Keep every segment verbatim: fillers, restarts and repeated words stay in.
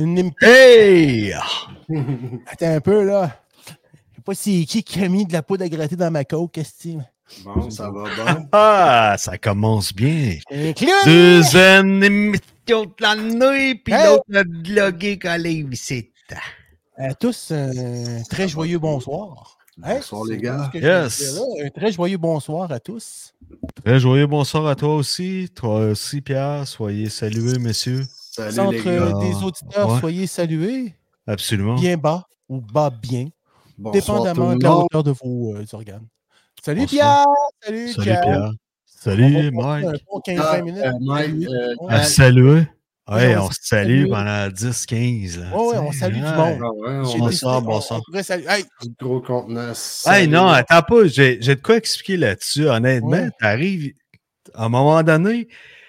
une impi... Hey! Attends un peu, là. Je sais pas si qui qui a mis de la poudre à gratter dans ma coke, qu'est-ce que c'est? Bon, ça va bien. Ah, ça commence bien. Un clown! Deuxième émission de l'année, puis Hey! l'autre a blogué collé ici. À tous, un très joyeux bonsoir. Bonsoir, Hey, les gars. c'est ce que Yes. je veux dire là. Un très joyeux bonsoir à tous. Très joyeux bonsoir à toi aussi. Toi aussi, Pierre. Soyez salués, messieurs. Salut, Centre les gars. euh, des auditeurs, Ouais. soyez salués. Absolument. Bien bas ou bas bien, Bonsoir, dépendamment tout le de la monde. hauteur de vos euh, organes. Salut Bonsoir. Pierre! Salut, Salut, Pierre! Pierre. On va Salut, passer un Mike. bon quinze vingt minutes. Euh, Mike, Salut. euh, Ouais. À saluer. Ouais, Oui, on on se se salue salue. pendant dix quinze. Ouais, ouais, on salue du monde. ah ouais, J'ai on a décidé, Bonsoir, on- bonsoir. on pourrait saluer. Hey! un gros contenant. Hey, Salut. non, attends pas. J'ai j'ai de quoi expliquer là-dessus. Honnêtement, Ouais. t'arrives à un moment donné,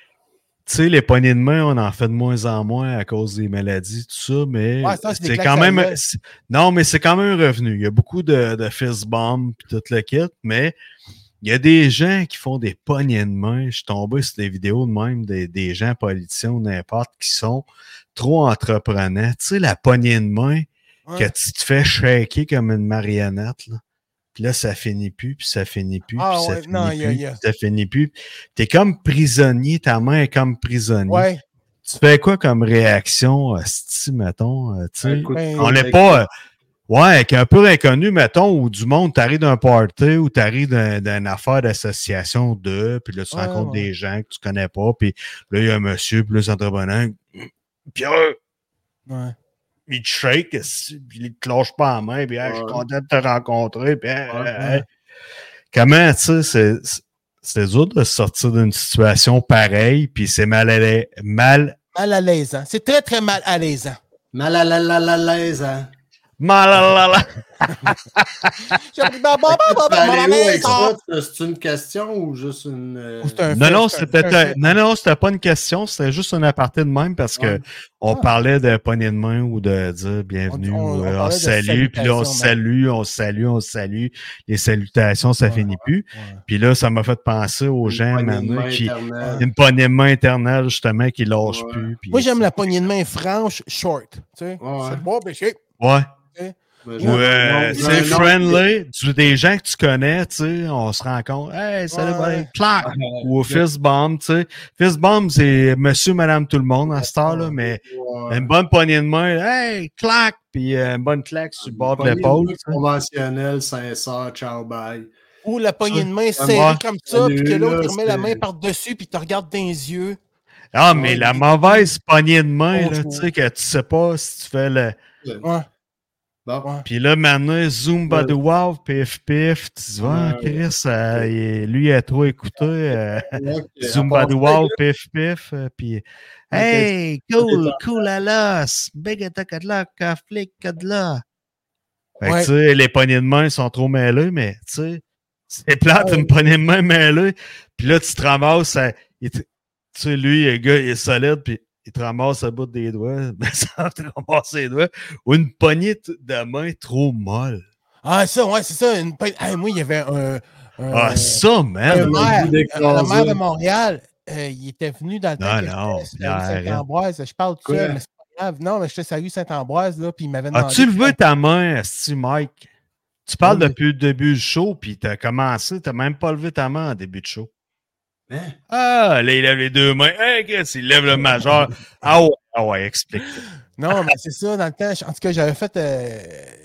tu sais, les poignées de main, on en fait de moins en moins à cause des maladies, tout ça, mais Ouais, ça, c'est des c'est claques quand à la même. gueule. c'est- Non, mais c'est quand même un revenu. Il y a beaucoup de, de fist bombs et tout le kit, mais il y a des gens qui font des poignées de main. Je suis tombé sur des vidéos de même des, des gens politiciens ou n'importe qui sont trop entreprenants. Tu sais, la poignée de main Ouais. que tu te fais shaker comme une marionnette, là. Puis là, ça finit plus, puis ça finit plus, Ah, puis ça ouais, finit non, plus, y a- y a- puis ça finit plus. T'es comme prisonnier, ta main est comme prisonnier. Ouais. Tu fais quoi comme réaction, hostie, mettons, euh, tu Un sais? coup de Ben, On coude n'est avec- pas... euh, ouais, avec un peu inconnu, mettons, ou du monde, t'arrives d'un party ou t'arrives d'un, d'une affaire d'association de, puis là, tu Ouais, rencontres ouais. des gens que tu connais pas, puis là, il y a un monsieur, puis là, c'est entreprenant. Pierre, Ouais. il te shake, esti, puis il te lâche pas la main, puis hey, je suis Ouais. content de te rencontrer, puis hey, Ouais. hey, hey. Comment, tu sais, c'est, c'est- c'est dur de sortir d'une situation pareille, puis c'est mal à la- mal, Mal à l'aise, hein. C'est très, très mal à l'aise. hein. Mal à la la la l'aise, hein. mal à la la. J'ai appris bah, bah, bah, bah, bah, mal à Allez où avec l'aise. hein. ça? C'est une question ou juste une. euh, Ou c'est un Non, fait, non, c'est un- c'était c'est un un- fait. non, non, c'était pas une question, c'était juste un aparté de même parce que Ouais. on Ah. parlait de poignée de main ou de dire bienvenue, On- on- ou, on euh, on, parlait de salue, puis là on salutations, salue, on salue, on salue. Les salutations, ça Ouais, finit plus. Ouais. Puis là, ça m'a fait penser aux une gens poignée de maintenant main qui éternelle. une poignée de main éternelle justement qui lâche Ouais. plus. Puis, Moi, j'aime la poignée de main franche, short. Tu sais, Ouais. c'est bon, ben, shake. Ouais. Mais Ou j'ai un euh, nom- j'ai c'est un nom- friendly, tu, des gens que tu connais, tu sais, on se rencontre, hey, salut, Ouais. buddy, clac! Ouais. Ou fist bomb, tu sais. Fist bomb, c'est monsieur, madame, tout le monde à cette heure-là, mais Ouais. une bonne poignée de main, hey, clac! Puis euh, une bonne claque sur le bord de Poignée l'épaule, main tu sais. conventionnelle, sincère, ciao, bye. Ou la poignée de main Ça, serrée moi. comme ça, puis que Salut, l'autre là, il remet la c'est- main par-dessus, puis il te regarde dans les yeux. Ah, mais Ouais, la il- mauvaise poignée de main, là, Bonjour. tu sais, que tu sais pas si tu fais le... Ouais, Bon. ouais. Puis là, maintenant, Zoom, Ouais. Badu Wow, pif, pif, tu dis, ah, Ouais. Chris, euh, il- lui, il a trop écouté, euh, Ok, Zoom, à part Badu ça, Wow, pif, pif, euh, puis hey, cool, cool à l'os, big attack de là, flic de là. Fait que, Ouais. tu sais, les poignées de main sont trop mêlées, mais, tu sais, c'est plate, Ouais. une poignée de main mêlée, puis là, tu te ramasses, à- il te- tu sais, lui, le gars, il est solide, puis il te ramasse à bout des doigts, ben, ça te ramasse les doigts, ou une poignée de main trop molle. Ah, ça, ouais, c'est ça. Une... poignée- Hey, moi, il y avait un. un Ah, ça, un man! maire, goût d'écraser. le maire de Montréal, euh, il était venu dans le temps Non, que non, j'étais à Pierre, Saint-Ambroise. Je parle tout Quoi? seul, mais c'est pas grave. Non, mais j'étais à rue Saint-Ambroise, là, puis il m'avait demandé. As-tu levé ta main, Asti Mike? Tu parles Oui. depuis le début du show, puis t'as commencé, t'as même pas levé ta main en début de show. Hein? Ah, là, il lève les deux mains. Hey, qu'est-ce qu'il lève le majeur? Ah ouais, ah ouais, explique. Non, mais c'est ça, dans le temps. En tout cas, j'avais fait. euh,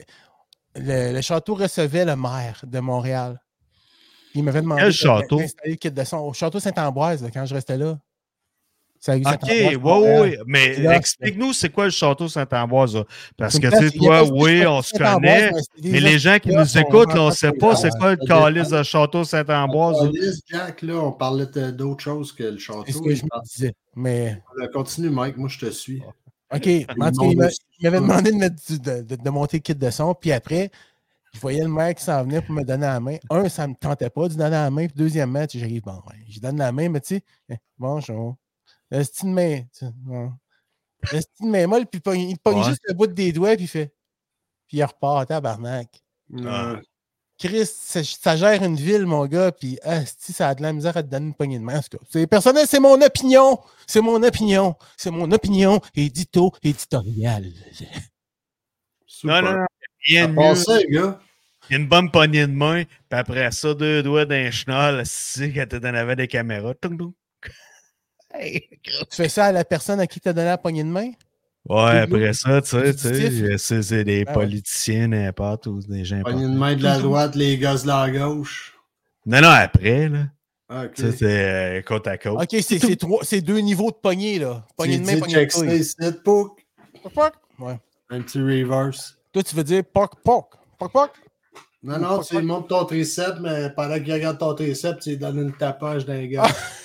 le, le château recevait le maire de Montréal. Il m'avait demandé Quel de- château? d'installer le kit de son au château Saint-Ambroise, là, quand je restais là. C'est à rue OK, Saint-Ambroise, oui, Montréal. oui, mais C'est là, explique-nous, c'est quoi le château Saint-Ambroise? Là? Parce C'est que, une tu place- sais, il y a toi, pas juste oui, le on château se Saint-Ambroise, connaît, mais c'est des mais les gens qui nous sont écoutent, là, on rentrés ne sait dedans. pas c'est quoi le Ouais. calice de château Saint-Ambroise. là. Alice, Jack, là, on parlait de- d'autre chose que le château. C'est ce que je me disais. Mais, Euh, Continue, Mike, moi, je te suis. OK. Mais en tout cas, il m'a- il m'avait demandé de, mettre du- de, de- de monter le kit de son. Puis après, je voyais le maire qui s'en venait pour me donner la main. Un, ça ne me tentait pas de donner la main. Puis deuxièmement, tu sais, j'arrive, bon, ouais, je donne la main, mais tu sais, eh, bonjour. Le style de main. tu sais, bon. Le style de main molle, puis il pogne, il pogne Ouais. juste le bout des doigts, puis il fait. Puis il repart, tabarnak. Ah. Euh, Chris, ça, ça gère une ville, mon gars, puis ah, si ça a de la misère à te donner une poignée de main. En tout cas, c'est personnel, c'est mon opinion. C'est mon opinion. C'est mon opinion édito éditoriale. Non, non, non. Rien de mieux. mieux. Ça, les gars. Une bonne poignée de main, puis après ça, deux doigts d'un chenal, si quand t'en avais des caméras. Tung, tung. Hey, tu fais ça à la personne à qui t'as donné la poignée de main? Ouais, après ça, tu sais, tu sais, c'est, c'est des ah, politiciens, n'importe, ou des gens. Poignée de main de la droite, les gosses de la gauche. Non, non, après, là. Ok. Ça, c'est euh, côte à côte. Ok, c'est, c'est, trois, c'est deux niveaux de poignée, là. Poignée de main, dit, poignée de couille. C'est poke. Ouais. Un petit reverse. Toi, tu veux dire poc, poc. Poc, poc? Non, non, poc, tu lui montres ton triceps, mais pendant qu'il regarde ton triceps, tu lui donnes une tapage d'un gars.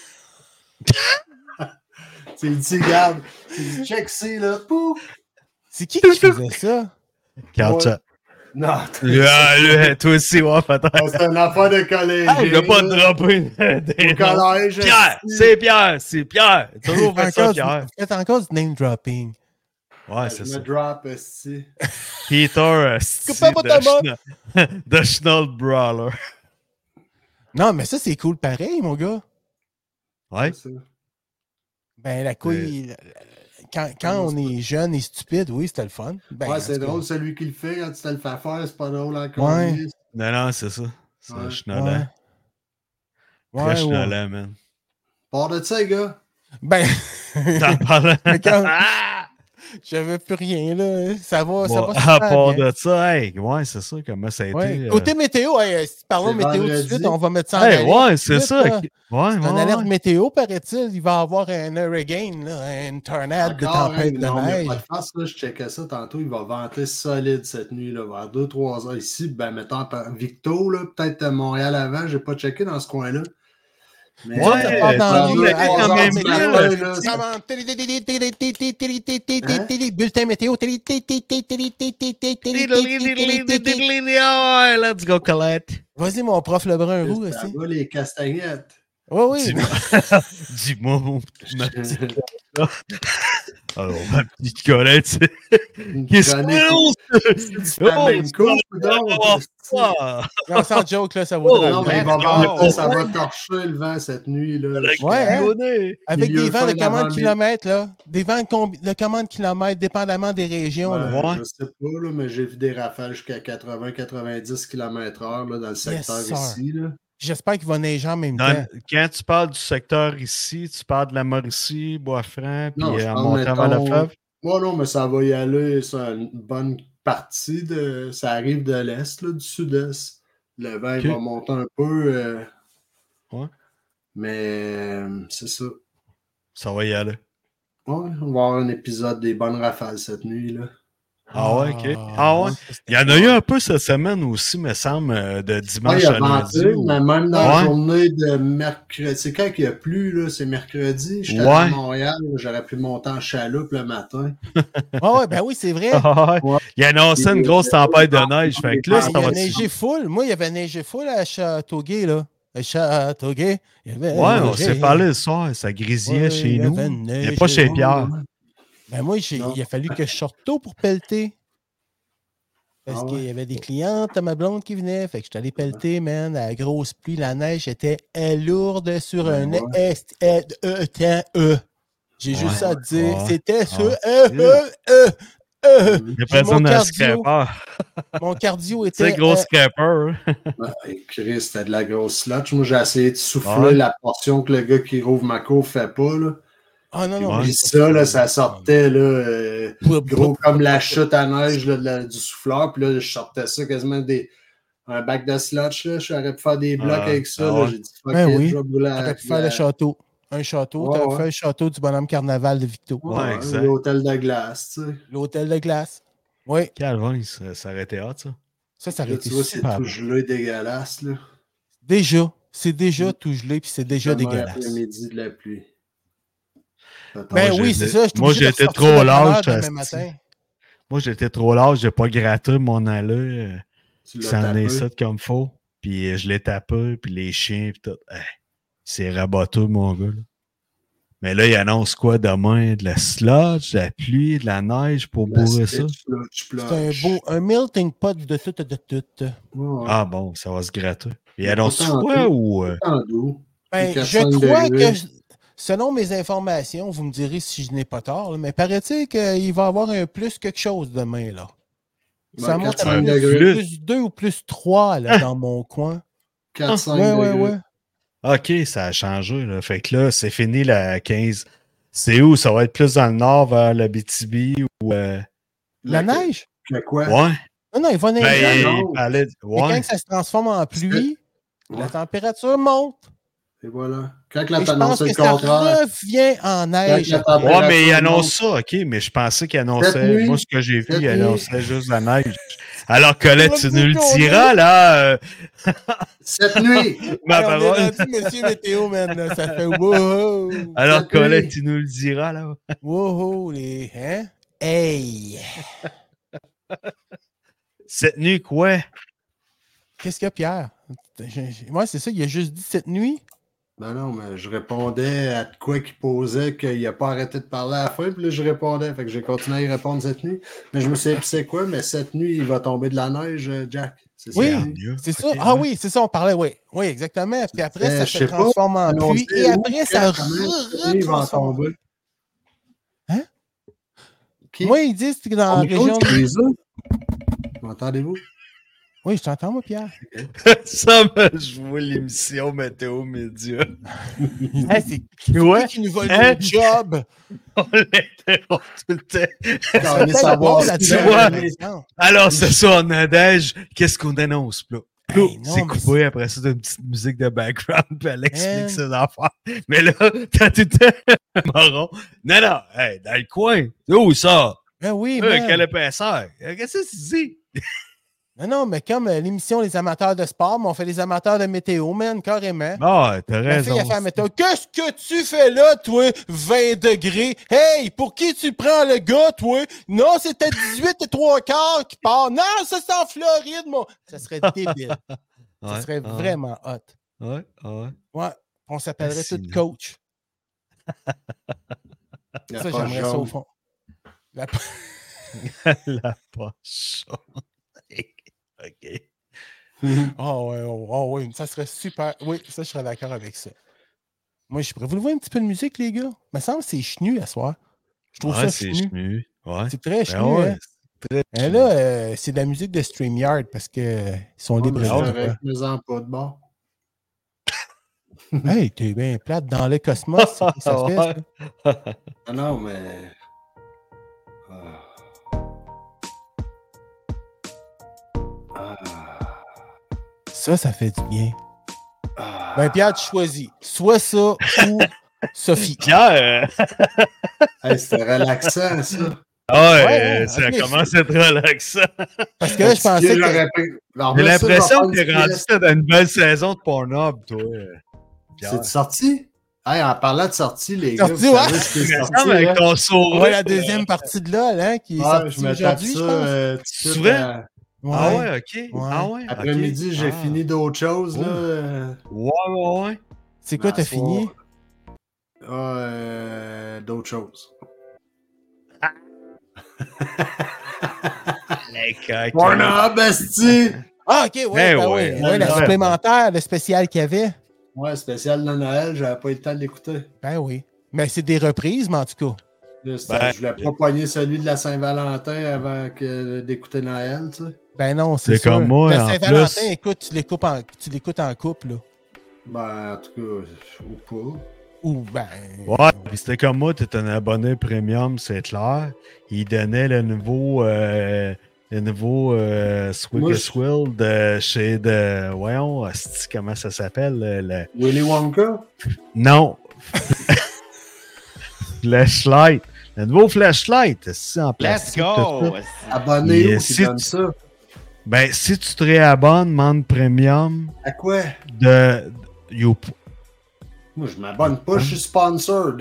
Tu lui dis, regarde, tu lui dis, check c'est là. Pouf. C'est qui qui faisait ça? Carcha. Non, lui, toi aussi, ouais, peut-être. C'est un affaire de collège. Ah, il n'a pas dropper des collège. Pierre, c'est Pierre, c'est Pierre. Toujours fait ça, Pierre. Faites encore du name dropping. Ouais, c'est ça. Je me drop, esti. Peter, The Schnoll Brawler. Non, mais ça, c'est cool pareil, mon gars. Ouais. Ben, la couille... Mais... Quand, quand on est jeune et stupide, oui, c'était le fun. Ben, ouais, c'est drôle, cas... celui qui le fait, quand tu te le fais faire, c'est pas drôle encore. Ouais. Non, non, c'est ça. C'est ouais. un chenollant. Ouais. Très chenollant, man. Part de ça, les gars. Ben... T'en parles. quand... J'avais plus rien, là. Ça va, bon, ça va à part bien. de ça, hey, ouais, c'est ça, comment ça a ouais. été. Côté euh... météo, hey, si parlons de météo tout de suite, on va mettre ça en hey, alerte. Ouais, c'est ça. Là. Okay. Ouais, c'est ouais, une alerte ouais. météo, paraît-il. Il va y avoir un hurricane, là, une tornade de tempête de non, neige. Pas de face, là, je checkais ça tantôt. Il va venter solide cette nuit, là, vers deux trois heures ici. Ben, mettons, Victo, là, peut-être Montréal avant. Je n'ai pas checké dans ce coin-là. Mais ouais, ça part dans le quand même bulletin météo. Let's go, Colette. Vas-y, mon prof Lebrun Roux aussi. Ça va, les castagnettes. Oui, oui. Dis-moi, mon petit alors, ma petite Colette, c'est... Qu'est-ce que c'est? La même couche, donc? Non, sans joke, là, ça vaudrait Non, mais il va voir, ça va torcher le vent cette nuit, là. Ouais, hein? Avec des vents de combien de kilomètres, là? Des vents de combien de kilomètres, dépendamment des régions, ouais, là. Ouais. Je sais pas, là, mais j'ai vu des rafales jusqu'à quatre-vingts à quatre-vingt-dix kilomètres heure, là, dans le secteur yes, ici, là. J'espère qu'il va neiger en même dans, temps. Quand tu parles du secteur ici, tu parles de la Mauricie, Bois-Franc, puis en montant vers le fleuve? Moi, non, mais ça va y aller. C'est une bonne partie. De... Ça arrive de l'est, là, du sud-est. Le vent okay. va monter un peu. Euh... Ouais. Mais euh, c'est ça. Ça va y aller. Ouais, on va avoir un épisode des bonnes rafales cette nuit, là. Ah ouais, ok. Ah ouais. Il y en a eu un peu cette semaine aussi, me semble, de dimanche ouais, à lundi. Venté, ou... mais même dans ouais. la journée de mercredi. C'est quand il n'y a plus, là, c'est mercredi. J'étais ouais. à Montréal, j'aurais pu monter en chaloupe le matin. Ah ouais, ben oui, c'est vrai. Ah ouais. Il annonçait une grosse tempête de neige. Fait que là, ah, ça il va a neigé full. Moi, il y avait neigé full à Châteauguay, là. À Châteauguay. Il y avait ouais, neigé. on s'est parlé le soir. Ça grisillait ouais, chez il nous. Mais pas chez Pierre. Ben moi, il a fallu que je sorte tôt pour pelleter. Parce ah ouais. qu'il y avait des clientes à ma blonde qui venaient. Fait que je suis allé pelleter, man. À la grosse pluie, la neige était lourde sur un ouais. est e t e J'ai ouais. juste à dire. Ouais. C'était sur e e e e J'ai l'impression d'un scraper. Mon cardio était. C'est gros euh... scraper. Ouais, Chris, c'était de la grosse slotch. Moi, j'ai essayé de souffler ouais. la portion que le gars qui rouvre ma cour fait pas, là. Ah non, non. Puis ça, là, ça sortait là, euh, gros comme la chute à neige là, de la, du souffleur. Puis là, je sortais ça quasiment des un bac de slotch. Là. J'aurais pu faire des blocs ah, avec ça. Ah, là. J'ai dit, fuck ben it, oui. je vais brûler la... T'aurais pu faire le château. Un château. Ouais, T'aurais ouais. fait le château du bonhomme carnaval de Victo. Ouais, ouais, exact. L'hôtel de glace, tu sais. L'hôtel de glace. Oui. Calvin, ça, ça aurait été hot, ça. Ça, ça aurait été super. super. C'est tout gelé, dégueulasse, là. Déjà. C'est déjà tout gelé, puis c'est déjà dégueulasse. L'après-midi de la pluie. Ben moi, oui, c'est ça. Moi, j'étais trop large. Moi, j'étais trop large. J'ai pas gratté mon allée. Ça en est ça comme faut. Puis je l'ai tapé, puis les chiens, puis tout. Hey, c'est rabattu, mon gars. Là. Mais là, il annonce quoi demain? De la sludge, de la pluie, de la neige pour La bourrer ça? sludge, C'est un beau, un melting pot de tout, de tout. Ouais. Ah bon, ça va se gratter. Il Mais annonce autant quoi d'eau. ou... euh, En doux. Ben, Puis je quatre-cinq crois degrés. que, selon mes informations, vous me direz si je n'ai pas tort, là, mais paraît-il qu'il va y avoir un plus quelque chose demain, là. Ça Ben, monte à quatre-cinq plus, degrés. plus deux ou plus trois là, dans mon coin. quatre cinq Ouais, ouais, degrés. ouais. OK, ça a changé. Là. Fait que là, c'est fini la quinze. C'est où? Ça va être plus dans le nord, vers le B T B ou... euh, La Le- neige? Le quoi? Ouais. Non, non, il va neiger. Ben, il annonce. parlait... Et quand Ouais. ça se transforme en pluie, Ouais. la température monte. Et voilà. Quand Et la je pense t'annonçait que le ça contraire. revient en neige. la après. température- Ouais, mais il monte. annonce ça, OK, mais je pensais qu'il annonçait... Cette nuit, Moi, ce que j'ai vu, cette il nuit. annonçait juste la neige. Alors, Colette, On tu dit nous le qu'on diras, là. euh, Cette nuit. ma Hey, on est parole. rendu Monsieur Météo, man. Là. Ça fait wow. Alors, Cette Colette, nuit. tu nous le diras, là. Wow, les. Hein? Hey! Cette nuit, quoi? Qu'est-ce qu'il y a, Pierre? Je- je- Moi, c'est ça, il a juste dit cette nuit. Ben non, mais je répondais à de quoi qu'il posait, qu'il n'a pas arrêté de parler à la fin, puis là, je répondais. Fait que j'ai continué à y répondre cette nuit. Mais je me suis dit, c'est quoi? Mais cette nuit, il va tomber de la neige, euh, Jack. C'est ça. Oui, Sérieux? c'est ça. Ok, Ah ouais. oui, c'est ça, on parlait, oui. Oui, exactement. Puis après, Euh, ça je se sais pas, transforme en pluie. annoncé Et où, après, quand, ça comment, cette nuit, il va en retransforme. tomber. Hein? Qui? Moi, ils disent que dans la On région. écoute, c'est les autres. M'entendez-vous? Oui, je t'entends, moi, Pierre. Ça, me- je vois l'émission Météo Média. Hey, c'est Ouais. qui qui nous vole Hein? nos jobs? On l'interrompt tout le temps. On Ça veut peut-être savoir bon, si là-dessus, tu vois. par exemple. Alors, c'est ça, on adège. Qu'est-ce qu'on annonce, là? Là, Hey, non, c'est mais coupé après ça d'une petite musique de background, puis elle explique Man. ses affaires. Mais là, t'as tout le temps marron. Non, non, hey, dans le coin. C'est où ça? Ben oui, Euh, man. quel épaisseur? Qu'est-ce que tu dis? Non, non, mais comme euh, l'émission Les amateurs de sport, mais on fait les amateurs de météo, man, carrément. Ah, t'as La fille, raison. elle fait la météo. Qu'est-ce que tu fais là, toi, vingt degrés? Hey, pour qui tu prends le gars, toi? Non, c'était dix-huit et trois quarts qui part. Non, ça, c'est en Floride, mon. Ça serait débile. Ça Ouais, serait ouais, vraiment hot. Ouais, ouais. Ouais, on s'appellerait Ah, tout c'est coach. La Ça, poche j'aimerais ça au jaune. fond. La... La poche. OK. Oh, ouais, oh, oh, oui, ça serait super. Oui, ça, je serais d'accord avec ça. Moi, je pourrais vous lever un petit peu de musique, les gars. Il me semble que c'est chenu à soir. Je trouve Ouais, ça c'est chenu. chenu. Ouais. C'est très Ben chenu, ouais, hein? c'est très Et chenu. là, euh, c'est de la musique de StreamYard parce qu'ils sont libres de Ouais, dire avec mes emplois de bord. quoi. Hey, t'es bien plate dans le cosmos. C'est que ça fait, ça. Ah non, mais. Ah. Ah. Ça, ça fait du bien. Ah. Ben, Pierre, tu choisis. Soit ça ou Sophie. Pierre! Hey, c'était relaxant, ça. Ah ouais, Ouais, ouais, ça ok. commence à être relaxant. Parce que là, je pensais que. J'aurais pris- Alors, J'ai là, ça, l'impression je que vais t'es prendre rendu une pièce. dans une belle saison de Pornhub, toi. Pierre. C'est sorti? Hey, en parlant de sortie, les gars, Sorti, vous ouais. savez ce qui est Il me sorti, semble avec hein? ton sourire. Ouais, la deuxième partie de LOL, hein, qui est Ouais, sortie je me tape aujourd'hui, ça je pense. euh, tout de C'est suite, vrai? euh, Ah ouais, ok. Ah ouais. après-midi, ok. j'ai Ah. fini d'autres choses. Là, Oh. euh, Ouais, ouais, ouais. C'est quoi, Ben, t'as soit- fini? euh, d'autres choses. Les coquins. Pornhub, esti! Ah, ok, ouais, Eh ben ouais, ouais, ouais, la ouais. supplémentaire, le spécial qu'il y avait. Ouais, spécial de Noël, j'avais pas eu le temps de l'écouter. Ben oui. Mais c'est des reprises, mais en tout cas. Là, c'était- Ben, je voulais pas pogner celui de la Saint-Valentin avant que d'écouter Noël, tu sais. Ben non, c'est C'est sûr. comme moi, Le en Saint-Valentin, plus. écoute, tu l'écoutes en, tu l'écoutes en couple, là. Ben, en tout cas, ou pas. Ou ben. Ouais, puis c'était comme moi, t'es un abonné premium, c'est clair. Il donnait le nouveau, euh, le nouveau euh, Swig Moi, a je- Swill de chez de. Voyons, asti, comment ça s'appelle? le- le- Willy Wonka? Non! Flashlight. Le nouveau flashlight, c'est en Let's plastique. tout go! ça. Abonné Et où si qui donne tu- ça? Ben, si tu te réabonnes, demande premium À quoi? de. You... Moi, je m'abonne pas, je suis sponsored.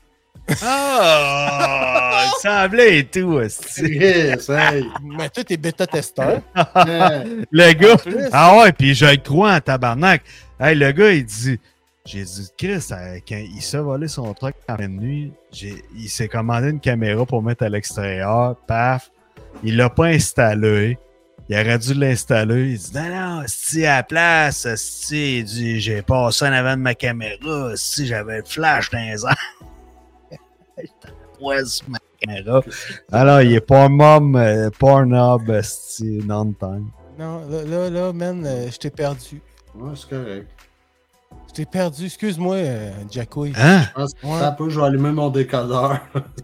Ah! Il semblait et tout, asti. Yes, hey! Mais toi, t'es bêta-testeur. Hein. Le gars, plus. ah ouais, puis je le crois en tabarnak. Hey, le gars, il dit, J'ai dit, Chris, euh, quand il s'est volé son truck en pleine nuit, j'ai, il s'est commandé une caméra pour mettre à l'extérieur. Paf! Il l'a pas installé. Il aurait dû l'installer. Il dit, non, non, si à la place, si, il dit, j'ai passé en avant de ma caméra, si j'avais le flash dans les airs. Ouais, c'est ma caméra. Alors, il est pas mom, euh, Pornhub, si, non-time. Non, là, là, là man, euh, je t'ai perdu. Ouais, c'est correct. Je t'ai perdu. Excuse-moi, euh, Jacko. Hein? Je pense que Ouais. ça peut, je vais allumer mon décodeur.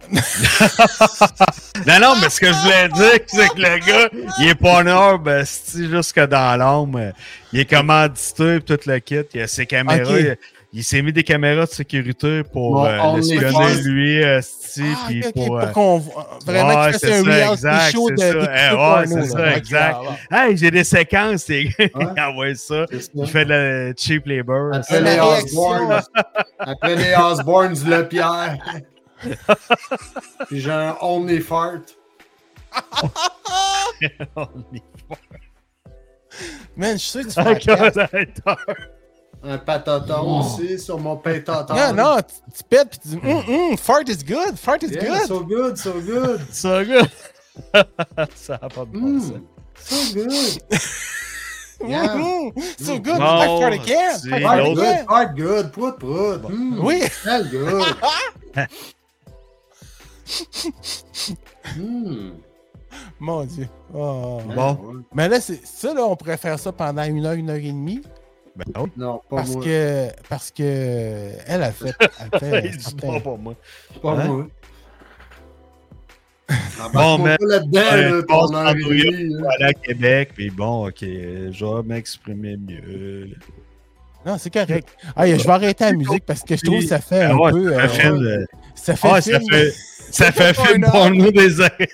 Non, non, mais ce que je voulais dire, c'est que le gars, il est Pornhub, si, jusque dans l'ombre. Il est commandité, tout le kit. Il a ses caméras. Okay. Il, il s'est mis des caméras de sécurité pour Bon, euh, on l'espionner, est lui, sti, Ah, puis ok, ok, pour... pour euh, qu'on voit- vraiment ouais, qu'il c'est fasse un ça, reality exact, show c'est de ça. d'écouter Eh, ouais, porno, c'est là. ça, Ok, exact. ah, ah. Hey, j'ai des séquences, les gars. Ouais. Il envoie ça. C'est ça. Il fait de la cheap labor. Après La les réaction. Osborns. Après les Osborns, le Pierre. Puis j'ai un Only Fart. Man, je suis sûr que tu fais la pièce. Un pataton aussi sur mon pétaton. Non, non, tu, tu pètes pis tu dis hum, hum, fart is good, fart is Yeah, good. so good, so good. Ça, gars. Ça n'a pas de bon sens. Mm, so good. Yeah. Hum, hum, so good, Bon, like fart again. c'est Fart Fart l'autre- good, again. fart good, prout, prout. Mm, Oui. Très good. Mm. Mon Dieu. Oh. Bon. Ouais. Mais là, c'est ça, là, on pourrait faire ça pendant une heure, une heure et demie. Ben oui. Non, pas Parce moi. que, parce que elle a fait. Elle fait Il dit certains- pas pour moi. Pas Hein? moi. Ah, Bon, bon, mais- mais là-dedans, Ouais, là, je pense ton heure en et New York, demie, je là. vais aller à Québec, puis bon, ok, je vais m'exprimer mieux. Non, c'est correct. Ah, je vais arrêter la musique parce que je trouve que ça fait Ah un ouais, peu. ça euh, fait film de- ça fait Ah, film. ça fait, ça fait fait film un porno des années.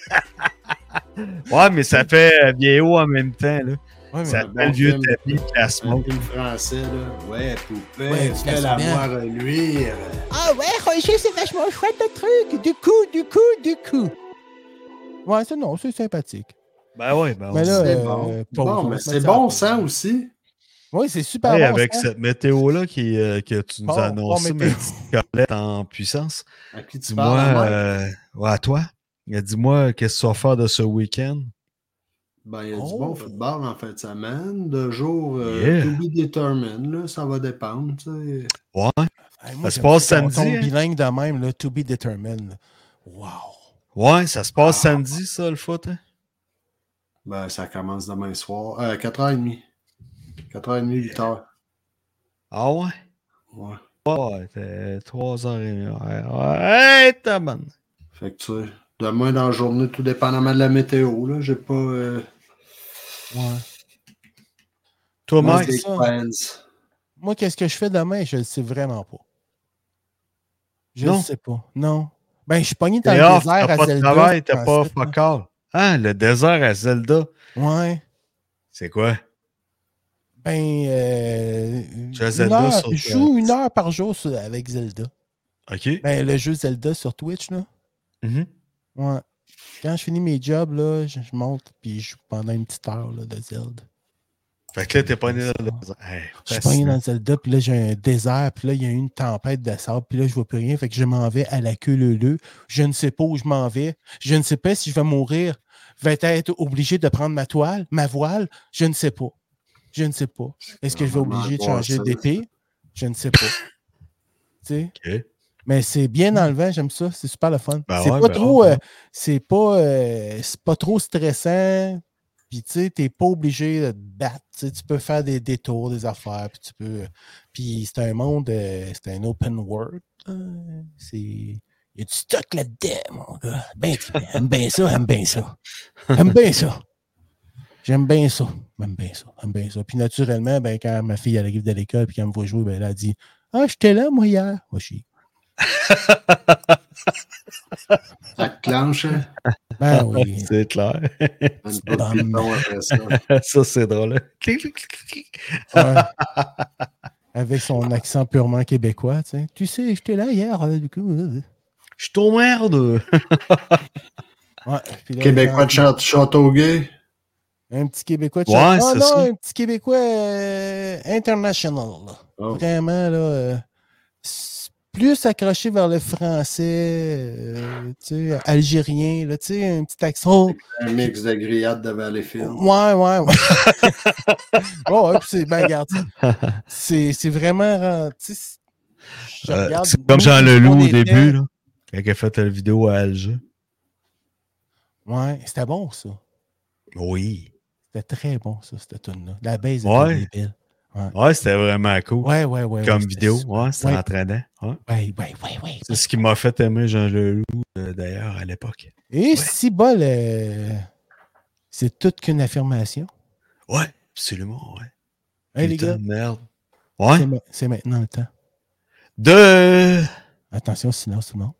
Ouais, mais ça fait euh, vieillot en même temps, là. Ouais, mais- Ça bon fait le vieux film. tapis de la Un smoke. film français, là. Ouais, poupée, Ouais, tu fais laisses la bien. moire reluire. Ah ouais, Roger, c'est vachement chouette le truc. Du coup, du coup, du coup. Ouais, ça non, c'est sympathique. Ben ouais, ben Mais ouais. là, C'est euh, bon. pas Bon, vous mais autres, c'est mettez bon ça à sang pause. aussi. Oui, c'est super Hey, bon. avec ça. cette météo-là qui, euh, que tu nous Bon, as annoncé, bon ma météo. petite Colette en puissance, À qui tu dis-moi, parles, Mike? euh, ouais, à toi, Euh, dis-moi, qu'est-ce que tu vas faire de ce week-end? Ben, il y a Oh. du bon football en fin de semaine. De jour, euh, Yeah. to be determined, là, ça va dépendre. Tu sais. Ouais, Hey, moi, Ça se j'aime passe ça, ton- samedi, ton hein? bilingue de même, là, to be determined. Wow. ouais, ça se passe Ah. samedi, ça, le foot, hein? Ben, ça commence demain soir. Euh, quatre heures trente. quatre heures trente, huit heures. Ah ouais? Ouais. Ouais, t'es trois heures et demie. Ouais, ouais, t'as bonne. Fait que tu sais, demain dans la journée, tout dépendamment de la météo, là, j'ai pas. Euh, Ouais. Toi, moi, Mike? des ça. plans. Moi, qu'est-ce que je fais demain? Je ne le sais vraiment pas. Je Non. ne sais pas. Non. Ben, je suis pogné dans T'es le off, désert t'as à pas de Zelda. travail, t'as en pas fait, là. fuck all. Ah, le désert à Zelda. Ouais. C'est quoi? Ben, euh, Tu as une Zelda heure- sur je ta- joue une heure par jour sur- avec Zelda. OK. Ben, le jeu Zelda sur Twitch, là. Mhm. Ouais. Quand je finis mes jobs, là, je, je monte puis je joue pendant une petite heure là, de Zelda. Fait que là, t'es pas né dans le désert. Hey, Je suis fascinant. pogné dans Zelda, puis là, j'ai un désert, puis là, il y a eu une tempête de sable, puis là, je vois plus rien, fait que je m'en vais à la queue leu-leu. Je ne sais pas où je m'en vais. Je ne sais pas si je vais mourir. Je vais être obligé de prendre ma toile, ma voile. Je ne sais pas. Je ne sais pas. Est-ce que je vais vraiment obligé de angoissant, changer d'épée? Je ne sais pas. Tu sais? OK. Mais c'est bien dans le vent, j'aime ça. C'est super le fun. Ben c'est ouais, pas ben trop, ouais, euh, c'est pas, euh, c'est pas trop stressant. Puis tu sais, t'es pas obligé de te battre. Tu sais, tu peux faire des détours, des affaires. Puis tu peux. Puis c'est un monde, euh, c'est un open world. euh, c'est. Il y a du stock là-dedans, mon gars. Ben, j'aime bien ça, j'aime bien ça. J'aime bien ça. J'aime bien ça. J'aime bien ça. J'aime bien ça. Puis naturellement, ben, quand ma fille elle arrive de l'école puis qu'elle me voit jouer, ben, elle a dit ah, j'étais là, moi, hier. Moi, chier. Ça te clenche, hein? Ben oui. C'est clair. Un peu de piton après ça. Ça, c'est drôle. Clic, clic, clic, clic. Ouais. Avec son accent purement québécois, tu sais. Tu sais, j'étais là hier, euh, du coup. euh, Je suis ton merde. Ouais. Puis là, Québécois de quand- Châ- Châteauguay. Un petit Québécois de Ouais, chaque... c'est Ah non, ça. un petit Québécois euh, international. Là. Oh. Vraiment, là... Euh, plus accroché vers le français, euh, tu sais, algérien, là, tu sais, un petit accent. Un mix de grillade de Valleyfield. Ouais, ouais, ouais. oh, ouais, puis c'est, ben, regarde, c'est, c'est vraiment, tu sais, je Euh, regarde. c'est comme nous, Jean où Leloup on au était. début, là, quand il a fait la vidéo à Alger. Ouais, c'était bon, ça. Oui. C'était très bon, ça, cette tune-là. La base était Ouais. débile. Ouais, Ouais, c'était vraiment cool. ouais, ouais. ouais Comme ouais, vidéo. super. Ouais, c'était ouais. entraînant. Ouais. Ouais, ouais, ouais, ouais. C'est ce qui m'a fait aimer Jean Leloup, euh, d'ailleurs, à l'époque. Et ouais. si bol, euh, c'est toute qu'une affirmation. Ouais, absolument, ouais. Hey, les Putain gars. de merde. Ouais. C'est, ma- c'est maintenant le temps. De... Attention, silence tout le monde.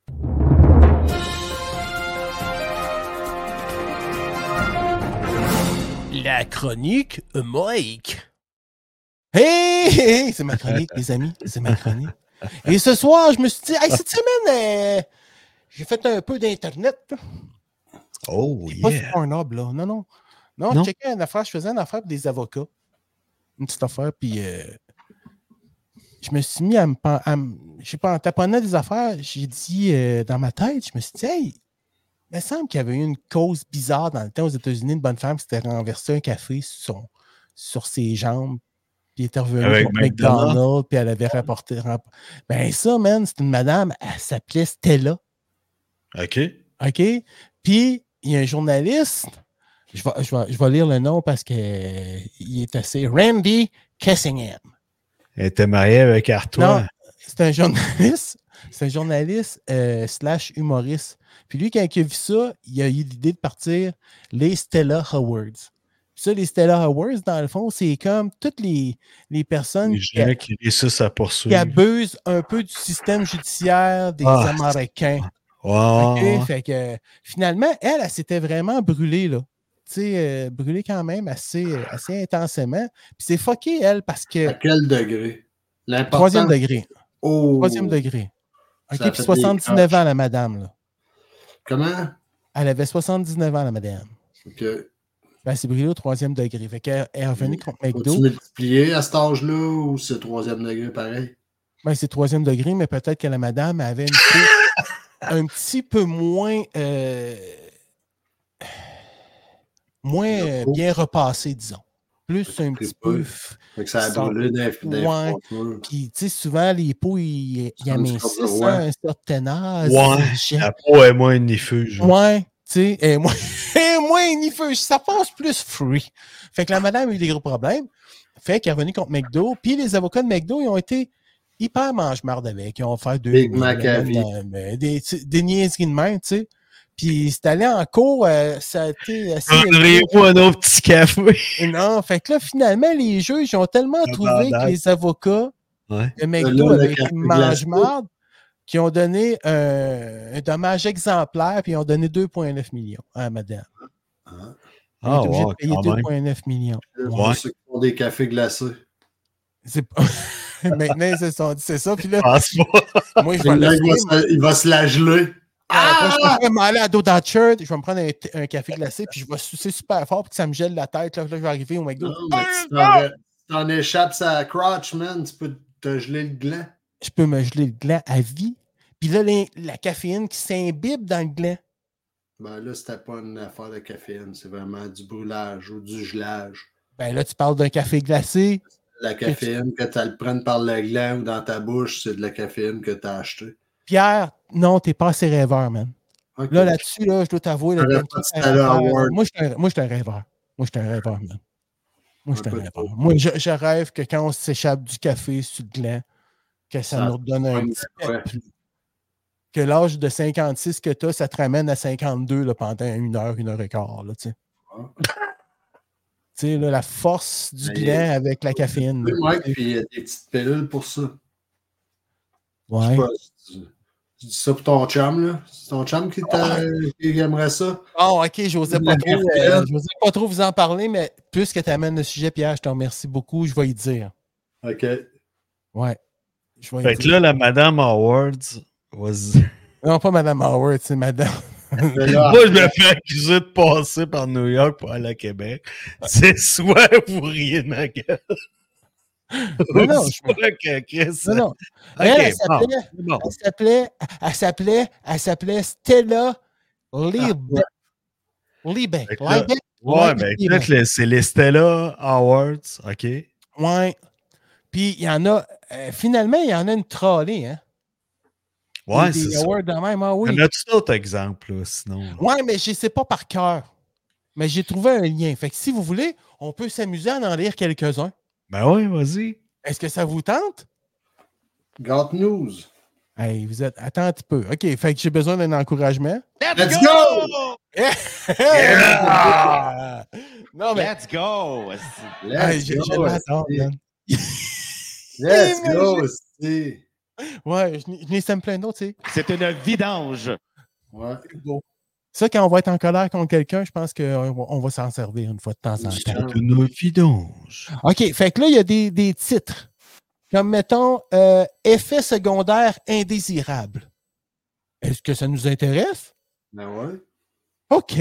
La chronique Mike. Hey, hey, hey, c'est ma chronique, les amis. C'est ma chronique. Et ce soir, je me suis dit, hey, cette semaine, euh, j'ai fait un peu d'Internet. Oh, C'est pas yeah. sur Pornhub, là. Non, non. Non, Non? je checkais une affaire, je faisais une affaire pour des avocats. Une petite affaire, puis euh, je me suis mis à me... à me je sais pas, en taponnant des affaires, j'ai dit euh, dans ma tête, je me suis dit, hey, il me semble qu'il y avait eu une cause bizarre dans le temps aux États-Unis, une bonne femme qui s'était renversée un café sur, son, sur ses jambes, puis elle était revenue Avec au McDonald's. McDonald's, puis elle avait rapporté... Rap... Ben ça, man, c'est une madame, elle s'appelait Stella. OK. OK? Puis, il y a un journaliste, je vais, je vais, je vais lire le nom parce qu'il est assez... Randy Kessingham. Elle était mariée avec Arthur. Non, c'est un journaliste, c'est un journaliste euh, slash humoriste. Puis lui, quand il a vu ça, il a eu l'idée de partir les Stella Awards. Puis ça, les Stella Awards, dans le fond, c'est comme toutes les, les personnes Les gens qui, qui réussissent à poursuivre. qui abusent un peu du système judiciaire des ah, Américains. Wow. Okay? Fait que finalement, elle, elle s'était vraiment brûlée, là. Tu sais, euh, brûlée quand même assez, assez intensément. Puis c'est fucké, elle, parce que... À quel degré? L'important... Troisième degré. Oh. Troisième degré. OK, Ça puis soixante-dix-neuf ans, la madame, là. Comment? Elle avait soixante-dix-neuf ans, la madame. OK. Ben, elle s'est brûlée au troisième degré. Fait qu'elle est revenue contre McDo. Faut-tu multiplier à cet âge-là ou c'est troisième degré pareil? Ben, c'est troisième degré, mais peut-être que la madame avait une peau un petit peu moins... Euh, moins euh, bien repassée, disons. Plus un petit peu... Fait que ça a brûlé d'un ouais. Puis, tu sais, souvent, les peaux, ils, ils amincissent à un certain âge. Ouais, la peau est moins nifuge. Ouais, tu sais, et moins, moins nifuge. Ça passe plus free. Fait que la madame a eu des gros problèmes. Fait qu'elle est revenue contre McDo. Puis les avocats de McDo, ils ont été hyper mange-marde avec. Ils ont fait deux... Big Macavi. Des, des niaiseries de même, tu sais. Puis c'est allé en cours, euh, ça a été assez... Prendriez-vous un autre petit café? Non, fait que là, finalement, les juges ils ont tellement ah, trouvé que les avocats ouais. de McDo avaient été mange-marde qu'ils ont donné euh, un dommage exemplaire puis ils ont donné deux virgule neuf millions à madame. Ah, ils ont été obligés de payer deux virgule neuf millions. Ouais. Ceux qui font des cafés glacés. C'est pas... Maintenant, ils se sont dit, c'est ça. Puis là, moi, je vais là, il, va se, il va se la geler. Ah! Je vais m'aller à Doda Church, je vais me prendre un, un café glacé, puis je vais sucer super fort pour que ça me gèle la tête. Là, là je vais arriver au McDo. Non, mais si t'en, t'en échappes à crotch, man, tu peux te geler le gland. Je peux me geler le gland à vie. Puis là, les, la caféine qui s'imbibe dans le gland. Ben là, c'était pas une affaire de caféine, c'est vraiment du brûlage ou du gelage. Ben là, tu parles d'un café glacé. La caféine, que tu le prennes par le gland ou dans ta bouche, c'est de la caféine que tu as acheté. Pierre, non, t'es pas assez rêveur, man. Okay. Là, là-dessus, là, je dois t'avouer. Là, là, moi, je suis un rêveur. Moi, je suis un rêveur, man. Moi, je suis un rêveur. Moi, je, je rêve que quand on s'échappe du café sur le gland, que ça, ça nous redonne un petit peu plus. Que l'âge de cinquante-six que tu as, ça te ramène à cinquante-deux là, pendant une heure, une heure et quart. Là, tu sais. Ah. Tu sais, là, la force du gland a... avec la caféine. Oui, puis il y a des petites pilules pour ça. Ouais. Je sais pas, tu, tu dis ça pour ton chum, là? C'est ton chum qui, qui aimerait ça? Oh, OK, j'osais pas, trop, euh, j'osais pas trop vous en parler, mais plus que tu amènes le sujet, Pierre, je te remercie beaucoup, je vais y dire. OK. Ouais. Je vais fait que là, la Madame Howard was... Non, pas Madame Howard, c'est Madame... Là, Moi, je me fais accuser de passer par New York pour aller à Québec. C'est soit vous riez de ma gueule. Non, non, soit que Chris. non, non. Ok, Elle, elle bon, s'appelait, c'est bon. elle s'appelait, elle s'appelait, elle s'appelait Stella Liebeck. Liebeck. Fait que là- Liebeck. Ouais, Liebeck. mais peut-être les- c'est les Stella Awards, OK? Ouais. Puis il y en a, euh, finalement, il y en a une trollée, hein? Ouais, Des- c'est des ça. awards de même, ah oui. Y en a-tu d'autres exemples, là, sinon? là? Ouais, mais je ne sais pas par cœur. Mais j'ai trouvé un lien. Fait que si vous voulez, on peut s'amuser à en lire quelques-uns. Ben ouais, vas-y. Est-ce que ça vous tente? Got News. Hey, vous êtes. Attends un petit peu. OK, fait que j'ai besoin d'un encouragement. Let's go! Yeah! Non, mais. Let's go! Hey, Let's j'ai- go! j'ai l'attends, esti. man. Let's Imagine. go! esti. Ouais, je n'ai- je n'ai sème plein d'autres, tu sais. C'est une vidange. Ouais. Ça, quand on va être en colère contre quelqu'un, je pense qu'on va, on va s'en servir une fois de temps en temps. De nos vidanges. OK, fait que là, il y a des, des titres. Comme, mettons, euh, effet secondaire indésirable. Est-ce que ça nous intéresse? Ben ouais. OK.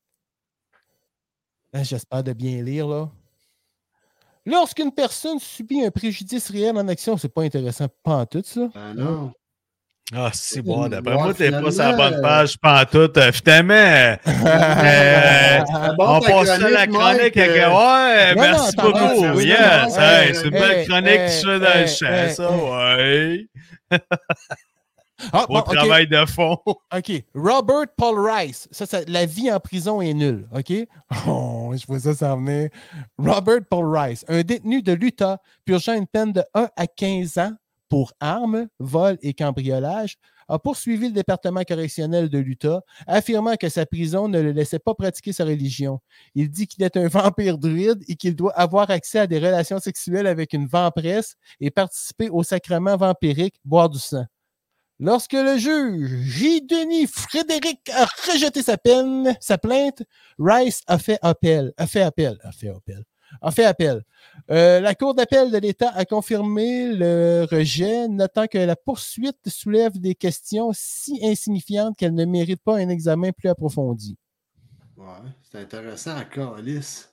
Là, j'espère de bien lire, là. Lorsqu'une personne subit un préjudice réel en action, c'est pas intéressant pas en tout, ça. Ben non. Ah, c'est bon. D'après Ouais, moi, t'es pas sur la finalement, bonne page, pas en tout. Euh, Finalement, euh, C'est bon, on ta passe à la chronique, chronique. Mike, avec- euh, Ouais, non, merci non, attends, beaucoup. attends, Yes, attends, hey, attends, c'est une hey, belle chronique hey, qui se fait dans le hey, champ, hey, ça, hey. ouais. Ah, Beau bon, OK. travail de fond. OK. Robert Paul Rice. Ça, ça, la vie en prison est nulle. OK? Oh, je vois ça s'en venir. Robert Paul Rice, un détenu de l'Utah purgeant une peine de un à quinze ans pour armes, vol et cambriolage, a poursuivi le département correctionnel de l'Utah, affirmant que sa prison ne le laissait pas pratiquer sa religion. Il dit qu'il est un vampire druide et qu'il doit avoir accès à des relations sexuelles avec une vampresse et participer au sacrement vampirique, boire du sang. Lorsque le juge J. Denis Frédéric a rejeté sa peine, sa plainte, Rice a fait appel, a fait appel, a fait appel, a fait appel. Euh, la Cour d'appel de l'État a confirmé le rejet, notant que la poursuite soulève des questions si insignifiantes qu'elles ne méritent pas un examen plus approfondi. Ouais, c'est intéressant encore, Alice.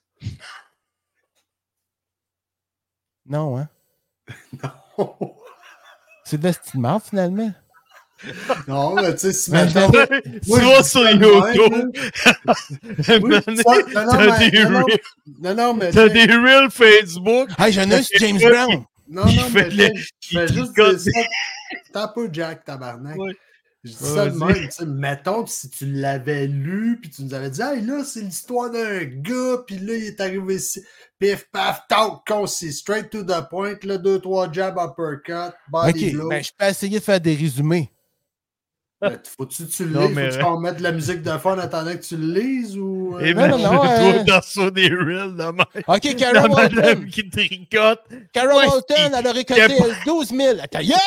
Non, hein? Non. C'est de la style marde, finalement. Non, mais tu sais, si Mais maintenant. Tu Moi, je vas dis sur ça de YouTube. même, Oui, Mané, ça- non, non, T'as mais- des non, non, reels- non, non, mais. t'as tu sais, des reels Facebook. Hey, j'en ai un sur James Brown. Non, il non, fait mais les- je je fais il juste tricote dire ça. T'as un peu Jack, tabarnak. Ouais. Je dis Ouais, ça de vas-y. même, tu sais, mettons que si tu l'avais lu, puis tu nous avais dit, hey, là, c'est l'histoire d'un gars, puis là, il est arrivé ici, pif, paf, talk, concis, straight to the point, là, deux, trois jabs, uppercut, body OK, blow. ben, je peux essayer de faire des résumés. Ben, faut-tu que tu le Non, lises? mais- Faut-tu qu'on mette de la musique de fun en attendant que tu le lises, ou... euh, Et non, non, non, toi, euh, dans ça des reels de même. OK, La Carol Walton. madame qui tricote. Carol Ouais, Walton, il- elle a il récolté a pas- elle, douze mille. Attends, yeah!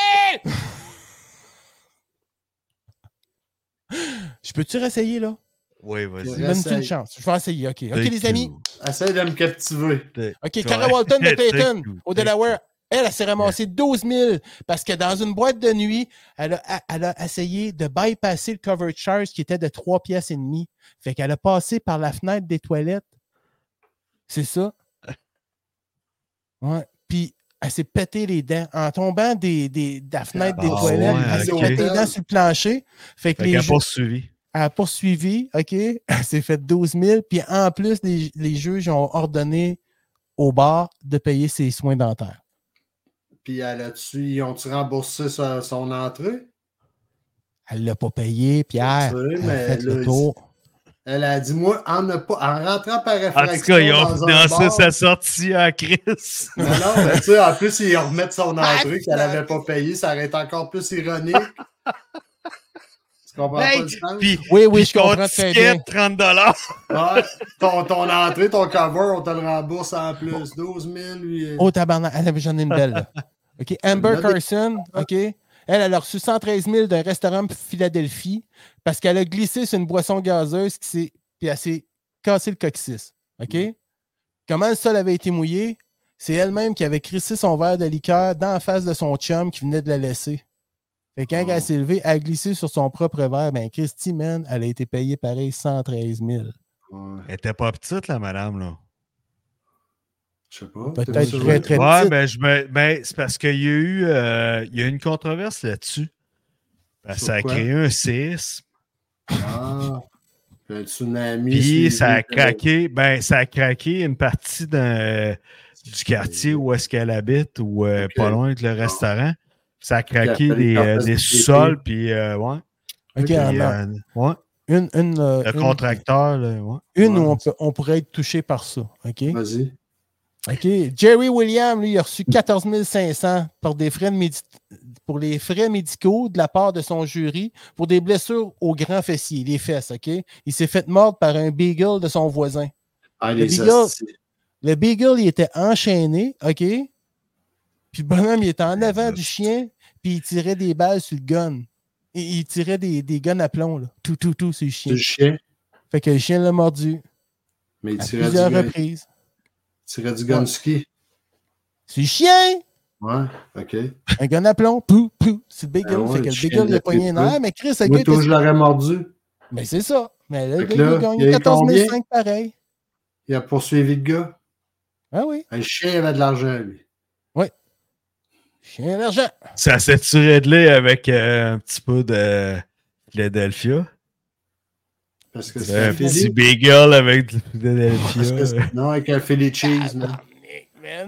Je peux-tu réessayer, là? Oui, vas-y. Ouais. Donne-moi une Essaye. chance. Je vais essayer. OK, OK, Thank les amis. you. Essaye de me captiver. OK, Ouais. Carol Walton de Thank Payton, you, au thank Delaware. Elle, elle s'est ramassée douze mille parce que dans une boîte de nuit, elle a, elle a essayé de bypasser le cover charge qui était de trois pièces et demie. Fait qu'elle a passé par la fenêtre des toilettes. C'est ça. Ouais. Puis, elle s'est pété les dents. En tombant des, des, de la fenêtre des Ah, toilettes, ouais, elle s'est ok. pété les dents sur le plancher. Fait que Fait les qu'elle a ju- poursuivi. elle a poursuivi, OK? Elle s'est fait douze mille. Puis en plus, les, les juges ont ordonné au bar de payer ses soins dentaires. Puis elle a-tu, ils ont-tu remboursé sa- son entrée? Elle ne l'a pas payé, Pierre. Je sais, Elle a mais fait là, le tour. Elle a dit, moi, en, ne pas, en rentrant par En réfraction tout cas, ils ont dans un financé bar, sa sortie à Chris. Non, non, mais tu sais, en plus, ils remettent son Ah, entrée qu'elle n'avait pas payé, ça aurait été encore plus ironique. Tu comprends Hey, pas le sens? Puis, Oui, oui, puis je comprends ton très ticket, bien. trente dollars. Ouais, ton, ton entrée, ton cover, on te le rembourse en plus. douze mille, lui. Oh, tabarnak. Attends, j'en ai une belle, là. OK. Amber Il y en a des- Carson, OK. Elle, elle a reçu cent treize mille d'un restaurant de Philadelphie parce qu'elle a glissé sur une boisson gazeuse qui s'est, puis elle s'est cassé le coccyx. OK? Comment le sol avait été mouillé? C'est elle-même qui avait crissé son verre de liqueur dans la face de son chum qui venait de la laisser. Fait que quand Oh. elle s'est levée, elle a glissé sur son propre verre. Ben, Christy, man, elle a été payée pareil cent treize mille. Ouais. Elle était pas petite, la madame, là. Je sais pas. Peut-être T'as vu ça, très, ouais? très Ouais, petite. ben, je me... ben, c'est parce qu'il y a eu euh, il y a eu une controverse là-dessus. Ben, Sur ça a quoi? créé un séisme. Ah, puis un tsunami. Puis suivi ça a de- craqué, ben, ça a craqué une partie d'un- du quartier où est-ce qu'elle habite ou euh, Ok. pas loin de le restaurant. Ça a Puis elle craqué a fallu des, qu'elle euh, fasse des des sous-sols, puis euh, ouais. OK, Ok, en- Puis, euh, ouais. une, une, euh, Le une- contracteur, là, ouais. une où Ouais. on, peut, on pourrait être touché par ça. OK? Vas-y. OK. Jerry Williams, lui, il a reçu quatorze mille cinq cents pour, des frais de médi- pour les frais médicaux de la part de son jury pour des blessures au grand fessier, les fesses. OK? Il s'est fait mordre par un beagle de son voisin. Ah, Le les Beagle, hosties. le beagle, il était enchaîné. OK? Puis le bonhomme, il était en avant du chien, puis il tirait des balles sur le gun. Et il tirait des, des guns à plomb, là. Tout, tout, tout, sur le chien. Du chien, Fait que le chien l'a mordu mais il à tirait plusieurs du, gun, reprises. il tirait du gun ski. C'est le chien! Ouais, ok. Un gun à plomb, pou, pou, c'est le beagle. Ben ouais, fait que le le chien beagle, il a de pogné un tes air, mais Chris, le Moi, gars tout, était... je l'aurais mordu. Mais c'est ça. Mais le Fait gars, que là, il a il y gagné a eu quatorze mille cinq combien? pareil. Il a poursuivi le gars. Ah oui. Le chien avait de l'argent, lui. Chien d'argent. Ça s'est-tu réglé avec euh, un petit peu de Philadelphia? Parce que Un c'est un petit Philly. bagel avec du Parce que Philadelphia. c'est- non, avec un Philly cheese, man. Man.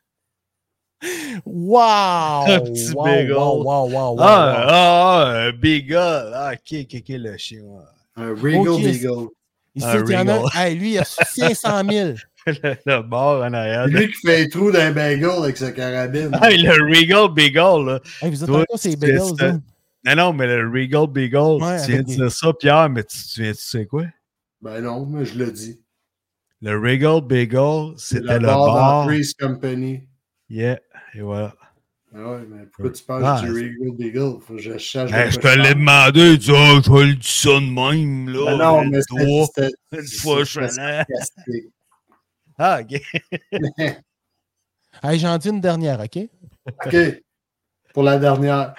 Wow! Un petit wow, bagel. wow, wow, wow, wow, Ah, wow. ah, ah, un bagel. Ah, ok, ok, ok, le chien. ouais. Un Regal Ok. Beagle. Ici, Un il y en a... Regal. Hey, lui, il a reçu cinq cent mille. le, le bord en arrière. C'est lui qui fait un trou dans un bagel avec sa carabine. Ah, le Regal Bagel, là. Hey, vous êtes Toi, encore ces tu- bagels, tu- hein? Non, non, mais le Regal Bagel, Ouais, tu viens avec de des- dire ça, Pierre, mais tu, tu viens, tu sais quoi? Ben non, mais je le dis. Le Regal Bagel, C'est c'était le le bar dans bar. Three's Company. Yeah, et voilà. Ah ouais, mais pourquoi tu parles Ah, du Regal Beagle? Faut que je cherche. Hey, de je quoi te l'ai parle. demandé, tu dis, oh, je vais le dire ça de même, là. Ben non, le mais doigt, c'était- une c'était- fois, je c'était suis là. sarcastique. Ah, ok. Hey, j'en dis une dernière, OK? OK. Pour la dernière.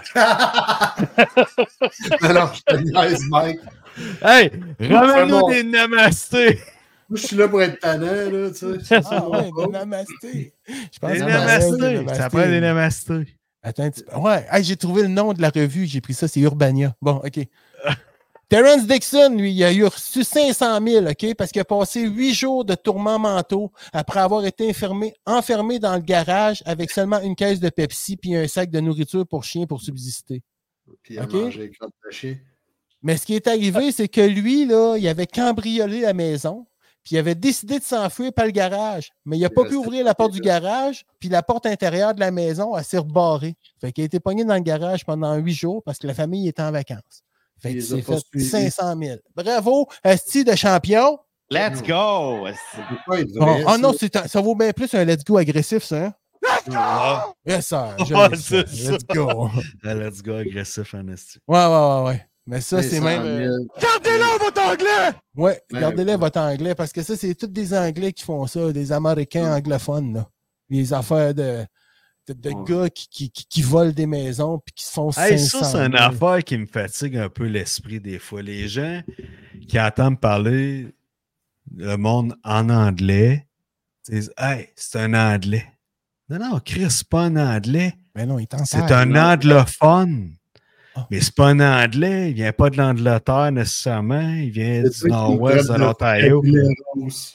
non, non, je te niaise, Mike. Hey, ramène-nous bon. des namastés. Moi, je suis là pour être tannant, là, tu sais. C'est ça, Ah mon ouais, gars. des namastés. Je pense Des que namastés. des Ça namastés. s'appelle des namastés. Attends un petit peu. Ouais, hey, j'ai trouvé le nom de la revue, j'ai pris ça, c'est Urbania. Bon, OK. Terrence Dixon, lui, il a eu reçu cinq cent mille, OK, parce qu'il a passé huit jours de tourments mentaux après avoir été enfermé, enfermé dans le garage avec seulement une caisse de Pepsi puis un sac de nourriture pour chien pour subsister. Puis il a OK. mangé les crottes de chien. Mais ce qui est arrivé, c'est que lui, là, il avait cambriolé la maison, puis il avait décidé de s'enfuir par le garage. Mais il n'a pas pu restait ouvrir la porte du bloqué, là. garage, puis la porte intérieure de la maison, elle s'est rebarrée. Fait qu'il a été pogné dans le garage pendant huit jours parce que la famille était en vacances. Fait Il qu'il les a s'est fait poursuivis. cinq cent mille. Bravo, Esti de champion. Let's go! Ça peut pas être Bon, vrai. ah non, ça. c'est un- ça vaut bien plus un let's go agressif, ça. Hein? Ah, Yes, sir. Ouais, j'aime c'est ça. ça. Let's go. ah, let's go agressif en esti. Ouais, ouais, ouais, ouais. Mais ça, c'est cinq cent même. euh, mille. Gardez-le, votre anglais! Ouais, Ben, gardez-le, ouais. votre anglais, parce que ça, c'est tous des Anglais qui font ça, des Américains anglophones, là. Les affaires de, de, de Ouais. gars qui, qui, qui, qui volent des maisons puis qui se font Hey, cinq cents ça, c'est une mille. affaire qui me fatigue un peu l'esprit des fois. Les gens qui entendent parler le monde en anglais disent Hey, c'est un anglais. Non, non, Chris, c'est pas un anglais. Mais non, ils t'en C'est parlent. un anglophone. Ah. Mais c'est pas un anglais. Il vient pas de l'Angleterre nécessairement. Il vient C'est du toi qui nord-ouest de traite l'Ontario. vocabulaire.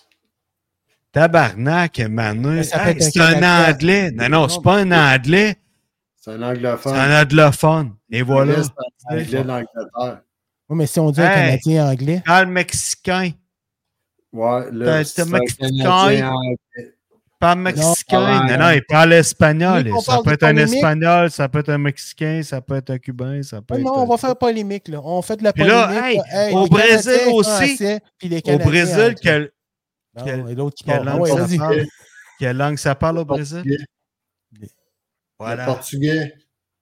Tabarnak, Manu. Mais ça peut Hey, être un c'est un Canadien. anglais. Non, non, c'est pas un anglais. C'est un C'est anglophone. un anglophone. Et voilà. C'est un anglais d'Angleterre. Oui, mais si on dit un Hey. Canadien anglais, Parle mexicain. Ouais, là, T'as- c'est t'as un mexicain. Canadien anglais. Parle mexicain. Non, Non, non, il parle espagnol. Lui, on Ça parle peut de être un polémique. espagnol, ça peut être un mexicain, ça peut être un cubain, ça peut ah être. non, on va faire polémique, là. On fait de la Puis là, polémique. hey, là. Hey, au les Brésil Canadiens aussi. français, puis les Au Canadiens Brésil, anglais. quelle, Non, quelle- et l'autre qui quelle parle. Ah langue ouais, ça vas-y. parle? Quelle langue ça parle au Brésil? Portugais. Le Voilà. portugais. Es-tu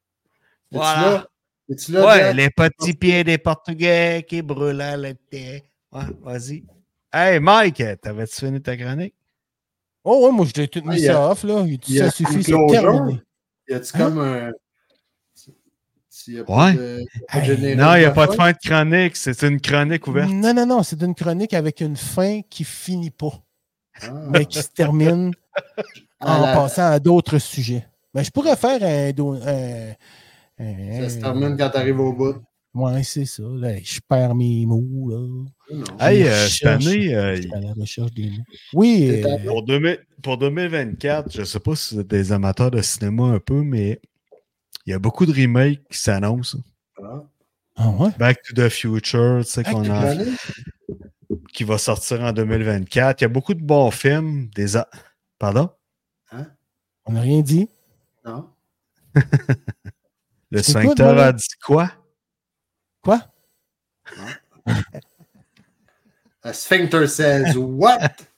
Voilà. là? Es-tu là, Ouais, Jack? les petits pieds des Portugais qui brûlent à l'été. Ouais, vas-y. Hey, Mike, t'avais-tu fini ta chronique? Oh, ouais, moi, je l'ai tout Ah, mis il y a- ça off, là. Il dit, il y a ça suffit, une c'est closure. terminé. Y a-tu Hein? comme un. Tu S'il y a Ouais. pas de, pas de Hey, générique Non, il n'y a de pas de fin. fin de chronique. C'est une chronique ouverte. Non, non, non, c'est une chronique avec une fin qui finit pas, Ah. mais qui se termine À en la- passant à d'autres sujets. Mais je pourrais faire un. do- un- un- Ça se termine quand tu arrives au bout. Ouais, c'est ça. Là, je perds mes mots. Là. Non. Hey, Je euh, cette cherche- année, euh, je suis à la recherche des mots. Oui. T'es euh, à- pour, deux mille pour deux mille vingt-quatre, je ne sais pas si vous êtes des amateurs de cinéma un peu, mais il y a beaucoup de remakes qui s'annoncent. Ah. Ah ouais? Back to the Future, tu sais, Back qu'on to a, L'année? qui va sortir en deux mille vingt-quatre. Il y a beaucoup de bons films. Des a- Pardon? Hein? On n'a rien dit. Non? Le C'est sphincter quoi, là? a dit quoi? Quoi? A sphincter says what?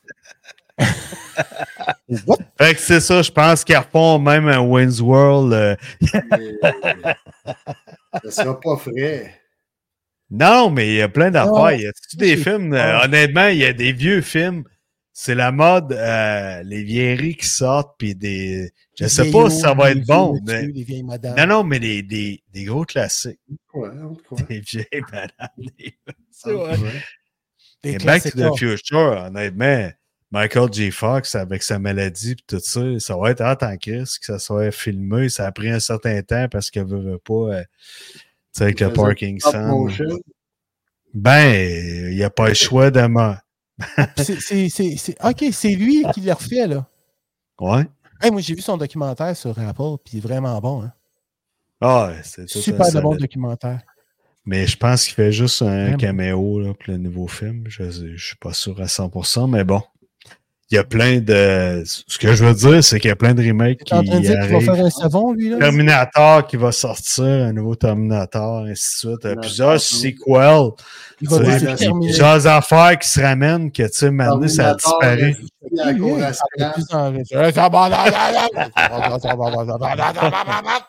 What? Fait que c'est ça, je pense qu'ils refont même un Wayne's World. euh, Mais, ça sera pas frais. Non, mais il y a plein d'affaires. Non, Il y a des c'est films, pas. euh, honnêtement, il y a des vieux films. C'est la mode, euh, les vieilleries qui sortent, puis des. Je Les sais vieillots, pas si ça va les être bon, vieux mais. monsieur, les vieilles madames. Non, non, mais des, des, des gros classiques. Ouais, on te croit. Des vieilles madames. Des... C'est On te vrai. croit. Des Et Back to classiques. the Future, honnêtement, Michael J. Fox avec sa maladie et tout ça, ça va être hâte en crise que ça soit filmé. Ça a pris un certain temps parce qu'elle veut, veut pas, euh, tu sais, avec le Faisait stop Parkinson. motion. Ben, il n'y a pas le choix de moi. C'est, c'est, c'est, c'est... OK, c'est lui qui l'a refait, là. Ouais. Hey, moi, j'ai vu son documentaire sur Apple, puis il est vraiment bon. Hein? Ah, c'est tout Super un de bon solide. documentaire. Mais je pense qu'il fait juste un Vraiment. caméo là, pour le nouveau film. Je ne suis pas sûr à cent pour cent, mais bon. Il y a plein de... Ce que je veux dire, c'est qu'il y a plein de remakes Tu es en train de qui dire qu'il va arrivent. faire un savon, lui, là? Terminator qui va sortir, un nouveau Terminator, ainsi de suite. Euh, Plusieurs sequels. Il va Tu sais, tout Ouais, puis terminer. plusieurs affaires qui se ramènent que, tu sais, maintenant, ça a Terminator, disparu. le- à la cour à Scrap.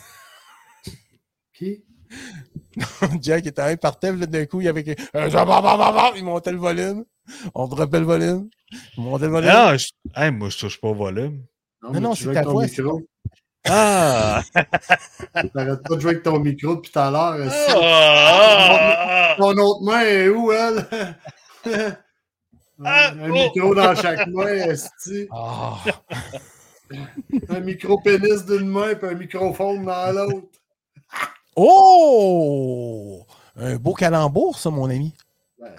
Qui? Jack était un partait, là, d'un coup, il y avait il montait le volume. On droppait le volume. Il montait le volume. Non, je... hey, moi, je touche pas au volume. Non, Non, mais non, tu c'est joues ta avec ton voix, micro. Ah! T'arrêtes pas de jouer avec ton micro depuis tout à l'heure. esti. Ah! Ton autre main est où, elle? Ah, un oh. micro dans chaque main, esti. Ah. Un micro-pénis d'une main et un microphone dans l'autre. Oh! Un beau calembour, ça, mon ami. Ouais.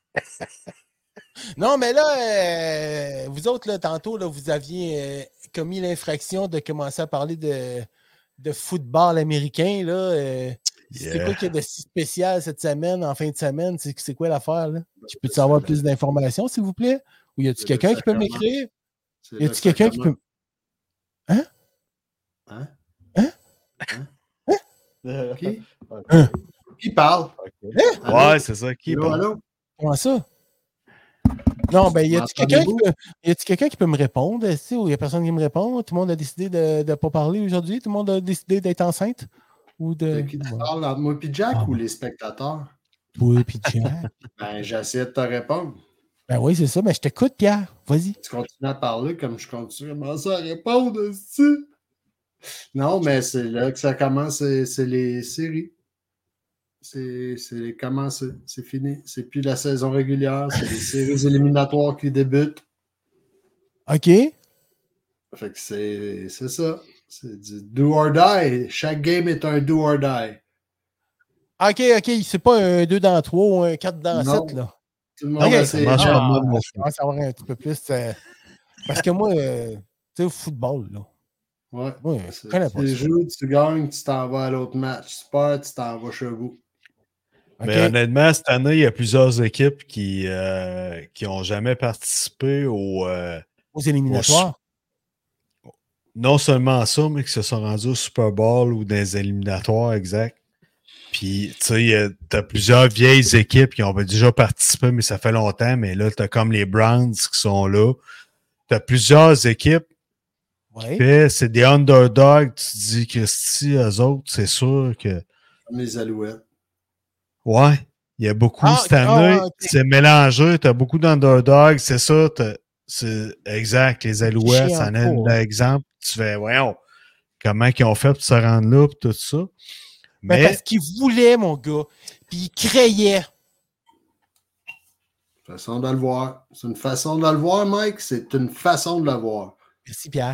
Non, mais là, euh, vous autres, là, tantôt, là, vous aviez euh, commis l'infraction de commencer à parler de, de football américain. Là, euh, Yeah. C'est quoi qu'il y a de si spécial cette semaine, en fin de semaine? C'est, c'est quoi l'affaire? Là? Tu peux-tu avoir plus d'informations, s'il vous plaît? Ou y a-tu C'est quelqu'un là qui que peut ça m'écrire? C'est Y là a-tu que ça quelqu'un qui peut. commence. Hein? Hein? Hein? Hein? Qui? Hein? Qui parle? Ouais, c'est ça. Qui Allô, parle? allô? Comment ça? Non, ben, y a-tu quelqu'un qui M'entendez-vous? peut, y a-tu quelqu'un qui peut me répondre? Est-ce que- Ou y a personne qui me répond? Tout le monde a décidé de ne pas parler aujourd'hui? Tout le monde a décidé d'être enceinte? Ou de. De qui tu Ouais. parles, entre moi et Jack Ah, ou ouais. les spectateurs? Oui, puis Jack. Ben, j'essaie de te répondre. Ben oui, c'est ça. Mais je t'écoute, Pierre. Vas-y. Tu continues à parler comme je continue à commencer à répondre, esti. Non, mais c'est là que ça commence, c'est, c'est les séries. C'est, c'est commencé, c'est fini. C'est plus la saison régulière, c'est les séries éliminatoires qui débutent. OK. Fait que c'est, c'est ça. C'est du do or die. Chaque game est un do or die. OK, OK. C'est pas un deux dans trois ou un quatre dans Non. sept, là. Tout le monde OK. a ça ses marche jobs. pas de même, Ah, mon je commence à avoir un petit peu plus. euh, Parce que moi, euh, tu sais, au football, là. Ouais. Moi, je C'est- connais pas tu ça. joues, tu gagnes, tu t'en vas à l'autre match. Tu perds, tu t'en vas chez vous. OK. Mais honnêtement, cette année, il y a plusieurs équipes qui euh, qui ont jamais participé au euh, Aux éliminatoires. non seulement ça, mais qui se sont rendus au Super Bowl ou dans les éliminatoires, exact. Puis, tu sais, tu as plusieurs vieilles équipes qui ont déjà participé, mais ça fait longtemps. Mais là, tu as comme les Browns qui sont là. Tu as plusieurs équipes. Oui. Fait, c'est des underdogs. Tu te dis, Christy, eux autres, c'est sûr que. Comme les Alouettes. Ouais, il y a beaucoup Ah, cette ok, année. ah, ok. C'est mélangé. Tu as beaucoup d'underdogs. C'est ça. t'as- C'est exact. Les Alouettes, Chiant ça en est pas, hein. l'exemple. Tu fais, voyons, comment ils ont fait pour se rendre là, puis tout ça. Mais Mais parce qu'il voulait, mon gars. Puis il crayait. Façon de le voir. C'est une façon de le voir, Mike. C'est une façon de le voir. Merci, Pierre.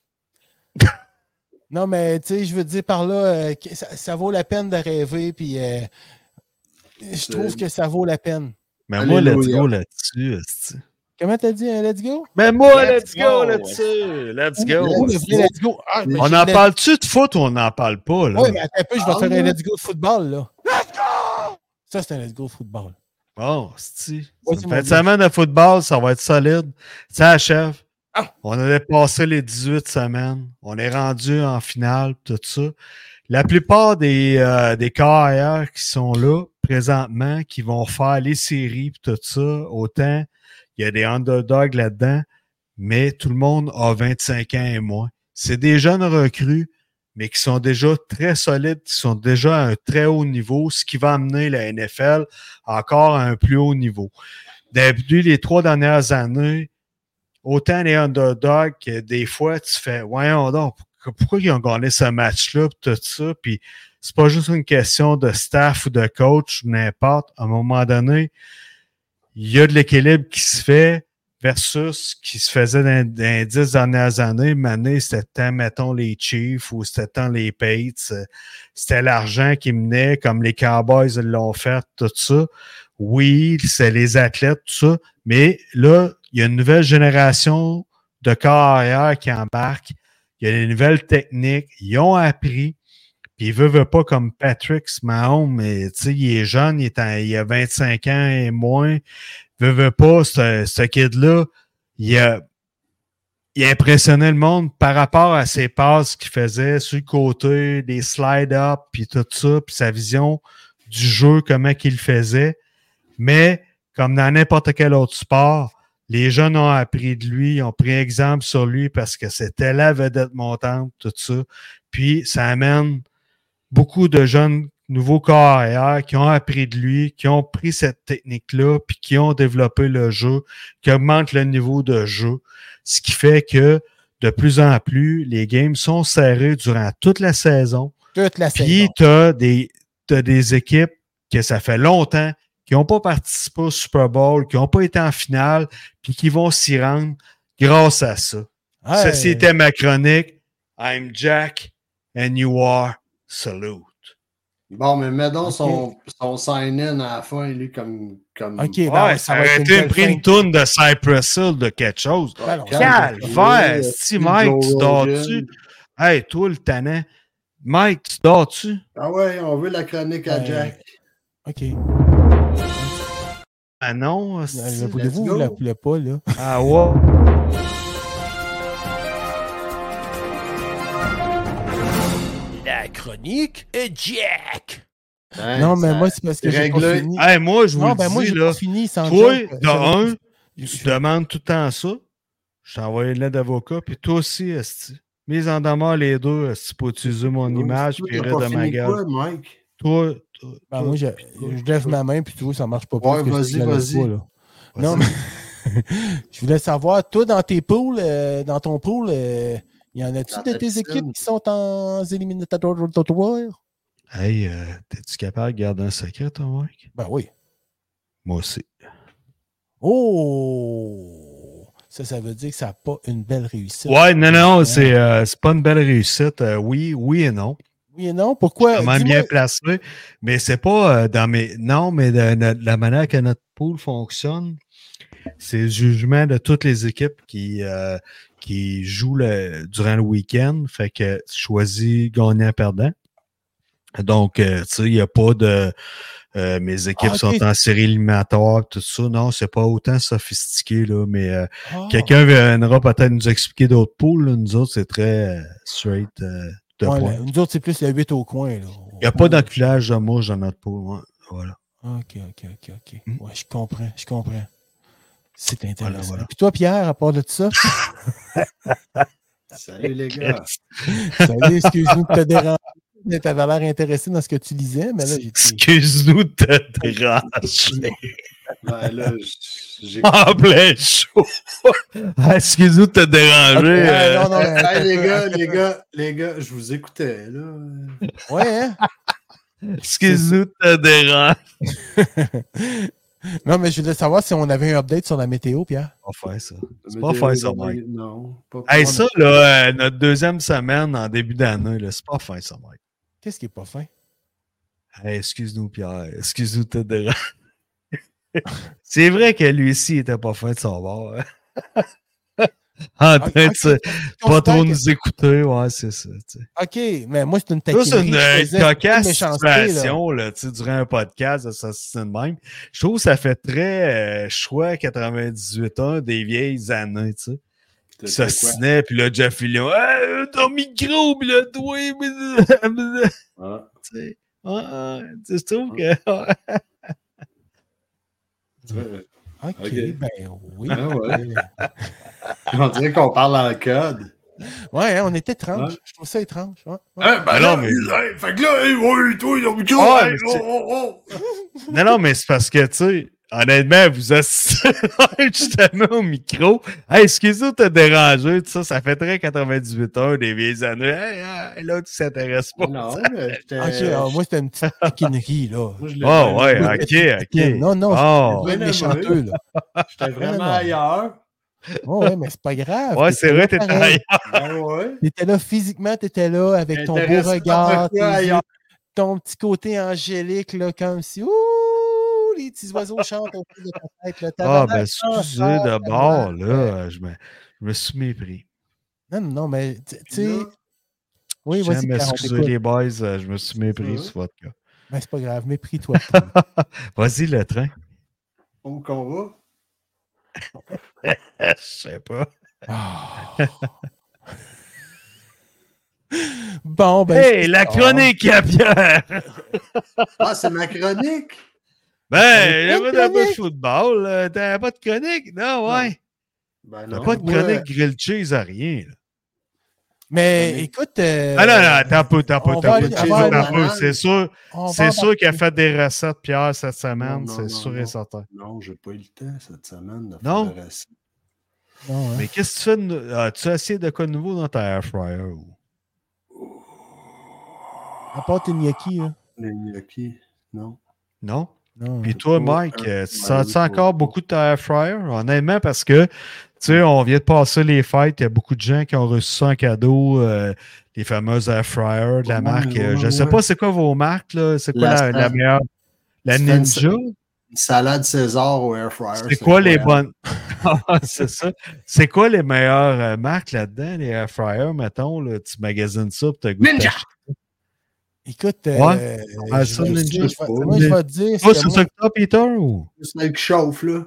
Non, mais tu sais, je veux dire par là, euh, que ça, ça vaut la peine de rêver. Puis euh, je trouve que ça vaut la peine. mais moi, let's Alléluia. go là-dessus. esti. Comment t'as dit, euh, let's go? Mais moi, Let's let's go go. là-dessus. Let's Ou- go. ou le vrai let's go. Ah, mais On j'ai en le- parle-tu de foot ou on n'en parle pas? Là? Oui, mais attends un peu, je vais Ah, faire un ouais. let's go de football, là. Let's go! Ça, c'est un let's go de football. Bon, c'est Ouais, une c'est fin mon de gars. semaine de football, ça va être solide. Ça achève. Ah! On avait passé les dix-huit semaines. On est rendu en finale, tout ça. La plupart des, euh, des carrières qui sont là présentement, qui vont faire les séries et tout ça, autant il y a des underdogs là-dedans, mais tout le monde a vingt-cinq ans et moins. C'est des jeunes recrues, mais qui sont déjà très solides, qui sont déjà à un très haut niveau, ce qui va amener la N F L encore à un plus haut niveau. Depuis les trois dernières années, autant les underdogs que des fois, tu fais « Voyons donc, pourquoi ils ont gagné ce match-là? » Tout ça, puis c'est pas juste une question de staff ou de coach ou n'importe. À un moment donné, il y a de l'équilibre qui se fait versus ce qui se faisait dans, dans les dix dernières années. Maintenant, c'était tant, mettons, les Chiefs ou c'était tant les Pates. C'était l'argent qui menait, comme les Cowboys l'ont fait, tout ça. Oui, c'est les athlètes, tout ça. Mais là, il y a une nouvelle génération de carrières qui embarquent. Il y a des nouvelles techniques. Ils ont appris. Puis il veut, veut pas comme Patrick Mahomes, mais tu sais, il est jeune, il, est en, il a vingt-cinq ans et moins. Veut, veut pas, ce, ce kid-là, il a, il a impressionné le monde par rapport à ses passes qu'il faisait sur le côté, des slide-up, puis tout ça, puis sa vision du jeu, comment qu'il le faisait. Mais, comme dans n'importe quel autre sport, les jeunes ont appris de lui, ils ont pris exemple sur lui parce que c'était la vedette montante, tout ça. Puis, ça amène beaucoup de jeunes nouveaux carrières qui ont appris de lui, qui ont pris cette technique-là, puis qui ont développé le jeu, qui augmentent le niveau de jeu. Ce qui fait que, de plus en plus, les games sont serrés durant toute la saison. Toute la Puis, saison. tu as des, t'as des équipes que ça fait longtemps qui n'ont pas participé au Super Bowl, qui n'ont pas été en finale, puis qui vont s'y rendre grâce à ça. Ouais. Ceci était ma chronique. I'm Jack, and you are salute. Bon, mais mets donc Ok. son, son sign-in à la fin, lui, comme. comme... OK, Ouais, ben, ça ça va aurait être une été belle pris fin. une toune de Cypress Hill de quelque chose. Ben non, Calvaire, si Mike, tu dors-tu? Hey, toi, le tannant. Mike, tu dors-tu? Ah ouais, on veut la chronique à Ben, Jack. OK. Ah non? Euh, hostie. Voulez-vous, let's vous go. la voulez pas, là? Ah ouais? La chronique est Jack! Hein, non, mais ça- moi, c'est parce que j'ai pas réglé. fini. Hey, moi, je vous non, le ben moi, dis, j'ai là. pas fini sans Toi, joke. de un, Je- tu demandes tout le temps ça. Je t'ai envoyé une lettre d'avocat, puis toi aussi, esti. Mise en demeure les deux, esti, pour utiliser mon Non, image, toi, puis t'as rire pas de ma fini gueule. quoi, Mike? Toi, toi, Ben, toi, moi, je, puis toi, je lève toi. ma main, puis tu vois, ça marche pas plus. Ouais, que vas-y, je te la laisse vas-y. pas, là. Non, mais je voulais savoir, toi, dans tes poules, euh, dans ton pool, euh, y en a-tu Dans de ta tes piscine. équipes qui sont en éliminatoires? Hey, euh, t'es-tu capable de garder un secret, toi, Mike? Ben oui. Moi aussi. Oh! Ça, ça veut dire que ça n'a pas une belle réussite. Ouais, non, non, Ouais. c'est euh, c'est pas une belle réussite. Euh, oui, oui et non. Oui et non. Pourquoi? Comment Dis-moi- bien placé. Mais c'est pas euh, dans mes. Non, mais de, de la manière que notre pool fonctionne, c'est le jugement de toutes les équipes qui, euh, qui jouent le, durant le week-end. Fait que tu choisis gagnant-perdant. Donc, euh, tu sais, il n'y a pas de. Euh, mes équipes Ah, ok. sont en série éliminatoire, tout ça. Non, c'est pas autant sophistiqué, là, mais euh, Ah. quelqu'un viendra peut-être nous expliquer d'autres poules. Là. Nous autres, c'est très euh, straight euh, de Ouais, points. là, nous autres, c'est plus le huit au coin. Là. Il n'y a pas d'enculage de mouche dans notre poule. Ouais. Voilà. OK, OK, OK, OK. Hmm. Ouais, je comprends, je comprends. C'est intéressant. Voilà, voilà. Puis toi, Pierre, à part de ça, Salut les gars. salut, excuse-nous de te déranger. Tu avais l'air intéressé dans ce que tu lisais, mais là, j'ai Excuse-nous de te déranger. Ben là, j'ai. En plein show. Ah, excuse-nous de te déranger. Ok, ouais, euh, non, non, mais- Hey, les gars, les gars, les gars, je vous écoutais, là. Ouais, hein? Excuse-nous de te déranger. Non, mais je voulais savoir si on avait un update sur la météo, Pierre. Pas faire ça. C'est La pas météo, faire ça, non, Mike. Non. Pas Hey, pour ça, là, euh, notre deuxième semaine en début d'année, là, c'est pas fin, ça, Mike. Qu'est-ce qui est pas fin? Hey, excuse-nous, Pierre. Excuse-nous de te déranger. C'est vrai que lui-ci était pas fin de son bord. Hein? En train de se- pas trop nous écouter, ouais, c'est ça. Tu sais. OK, mais moi, c'est une Ça, taquinerie. c'est une, je une faisais cocasse méchanceté, là. situation, là, tu sais, durant un podcast de s'assister de même. Je trouve que ça fait très euh, choix quatre-vingt-dix-huit ans des vieilles années, tu sais. Qui s'assinaient, puis là, Jeff Fillion, hey, ton micro, puis là, toi, Ah. tu sais, ah, ah, tu sais, je trouve que. Ouais. OK, OK. ben oui. Ah ouais. On dirait qu'on parle en code. Ouais, hein, on est étrange. Ouais. Je trouve ça étrange. Ouais, ouais. Hein, ben Ah là, non, mais- hey, fait que là, hey, ouais, toi, ton micro, Ah, hey, mais oh, c'est- oh, oh. Non, non, mais c'est parce que, tu sais, honnêtement, vous assistez justement au micro. Hey, excusez-moi de te déranger, tout ça, ça fait très quatre-vingt-dix-huit heures des vieilles années. Hey, hey, là, tu s'intéresse pas. Non, mais j'étais... OK, alors, moi, c'était une petite taquinerie, là. Moi, je l'ai Oh, bien ouais, aimé. ok, ok. Non, non, Oh. c'est bien méchanteux, là. J'étais vraiment Non, non. ailleurs. Oh, ouais, mais c'est pas grave. Ouais, T'étais c'est vrai, là t'es pareil. ailleurs. Ben ouais. T'étais là physiquement, t'étais là avec ton beau Intéressé regard, par quoi tes ailleurs? yeux, ton petit côté angélique, là, comme si, ouh, les petits oiseaux chantent autour de ta tête, là. T'avais Ah, l'air ben, excusez, danseur, d'abord, tellement, euh, là, je me, je me suis mépris. Non, non, non, mais, tu tu sais, Là, oui, je tiens à vas-y, Pierre, on m'excuser, t'écoute. les boys, euh, je me suis mépris Ça. sur votre cas. Ben, c'est pas grave, mépris-toi. Vas-y, le train. où qu'on va? Je sais pas. Ah. Bon, ben. Hey, je- la chronique à Pierre! Ah, c'est ma chronique? Ben, il y pas de avait un peu de chronique. football. là. T'avais pas de chronique? Non, ouais. Ben T'as non. pas de moi, chronique grilled cheese à rien. là. Mais Chronique. écoute. euh, Ah non, non, t'as peu, t'as peu, on t'as va peu, aller- t'as on peu, va t'as aller- peu. C'est sûr, on va c'est sûr qu'il a embarquer. fait des recettes, Pierre, cette semaine. Non, non, C'est non, sûr non. et certain. Non, j'ai pas eu le temps cette semaine de Non? faire de recette. Non, hein. Mais qu'est-ce que tu fais? de nou- As-tu essayé de quoi de nouveau dans ta air fryer? Ou... À part tes gnocchis, là. Les gnocchis, non. Non? Non, Puis hein. toi, Pas Mike, un euh, tu fryer, sens pas- encore beaucoup de ta air fryer? Honnêtement, parce que, tu sais, on vient de passer les fêtes. Il y a beaucoup de gens qui ont reçu ça en cadeau, euh, les fameuses air fryers de la Ouais, marque. euh, ouais, je ne sais ouais. pas c'est quoi vos marques, là. C'est quoi La la, la Star- meilleure? La Tu fais une Ninja? Une salade César au air fryer. C'est quoi les incroyable. bonnes. Ah, c'est ça. C'est quoi les meilleures euh, marques là-dedans, les air fryers, mettons, là, tu magasines ça pour te goûter. Ninja! Écoute, euh, Ouais. Ah, je ça, vais- Ninja, je vais- c'est pas- moi, je vais te dire. Toi, que c'est moi- ça que t'as, Peter, ou? C'est celle qui chauffe, là.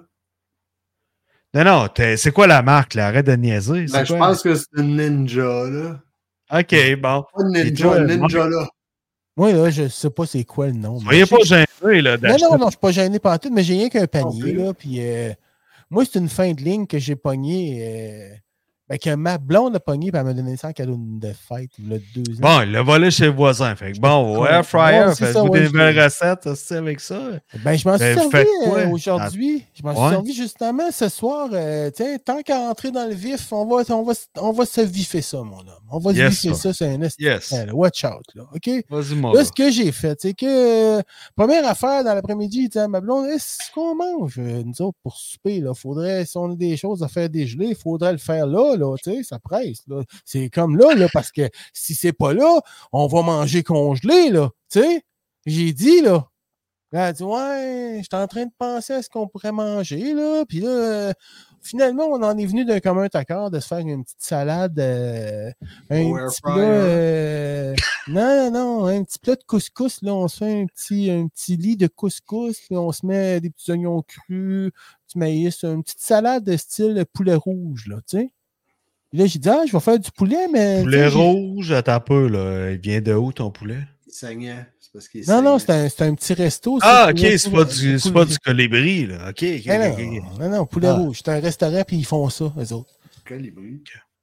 Non, non, t'es- c'est quoi la marque, là? Arrête de niaiser. Ben, C'est je quoi? pense que c'est une Ninja, là. OK, bon. Pas une Et Ninja, toi, une Ninja, là. Moi, là, je sais pas c'est quoi le nom. mais Soyez je sais pas que- gênés, là, Non, d'acheter. non, non, je suis pas gêné par tout, mais j'ai rien qu'un panier, plus. là. Puis, euh, moi, c'est une fin de ligne que j'ai pogné. Euh, ben, que ma blonde a pogné, puis elle m'a donné ça en cadeau de fête, il y a deux ans. Bon, il l'a volé chez le voisin. Fait que bon, au Ouais, air fryer, ouais, c'est ça, faites-vous ouais, des je nouvelles l'ai. recettes aussi avec ça? Ben, je m'en suis Ben, vous servi faites quoi? euh, aujourd'hui. Je m'en suis Ouais. servi justement ce soir. euh, tiens, tant qu'à entrer dans le vif, on va, on va, on va se viffer ça, mon homme. On va se Yes, viffer sir. ça, c'est un esti- Yes. euh, watch out, là, OK? Vas-y, mon Là, gars. ce que j'ai fait, c'est que, euh, première affaire, dans l'après-midi, il dit à ma blonde, est-ce qu'on mange, euh, nous autres, pour souper, là? Faudrait, si on a des choses à faire dégeler, il faudrait le faire là, là, tu sais, ça presse, là. C'est comme là, là, parce que si c'est pas là, on va manger congelé, là, tu sais. J'ai dit, là. Là, elle dit, ouais, j'étais en train de penser à ce qu'on pourrait manger, là. Puis là, euh, finalement, on en est venu d'un commun accord de se faire une petite salade, euh, un Au air petit plat. fryer. euh, non, non, non, un petit plat de couscous, là. On se fait un petit, un petit lit de couscous, puis on se met des petits oignons crus, du maïs, une petite salade de style poulet rouge, là, tu sais. Puis là, j'ai dit, ah, je vais faire du poulet, mais. Poulet tu sais, j'ai- rouge, attends un peu, là. Il vient de où, ton poulet? Il saignait. C'est parce qu'il Non, non, saignait. c'est un, c'est un petit resto. Ah, ça, OK, poulet- c'est pas du, c'est poulet- pas du colibri, là. OK, OK, Non, OK, non, OK. non, non, poulet Ah. rouge. C'est un restaurant, puis ils font ça, eux autres. Colibri.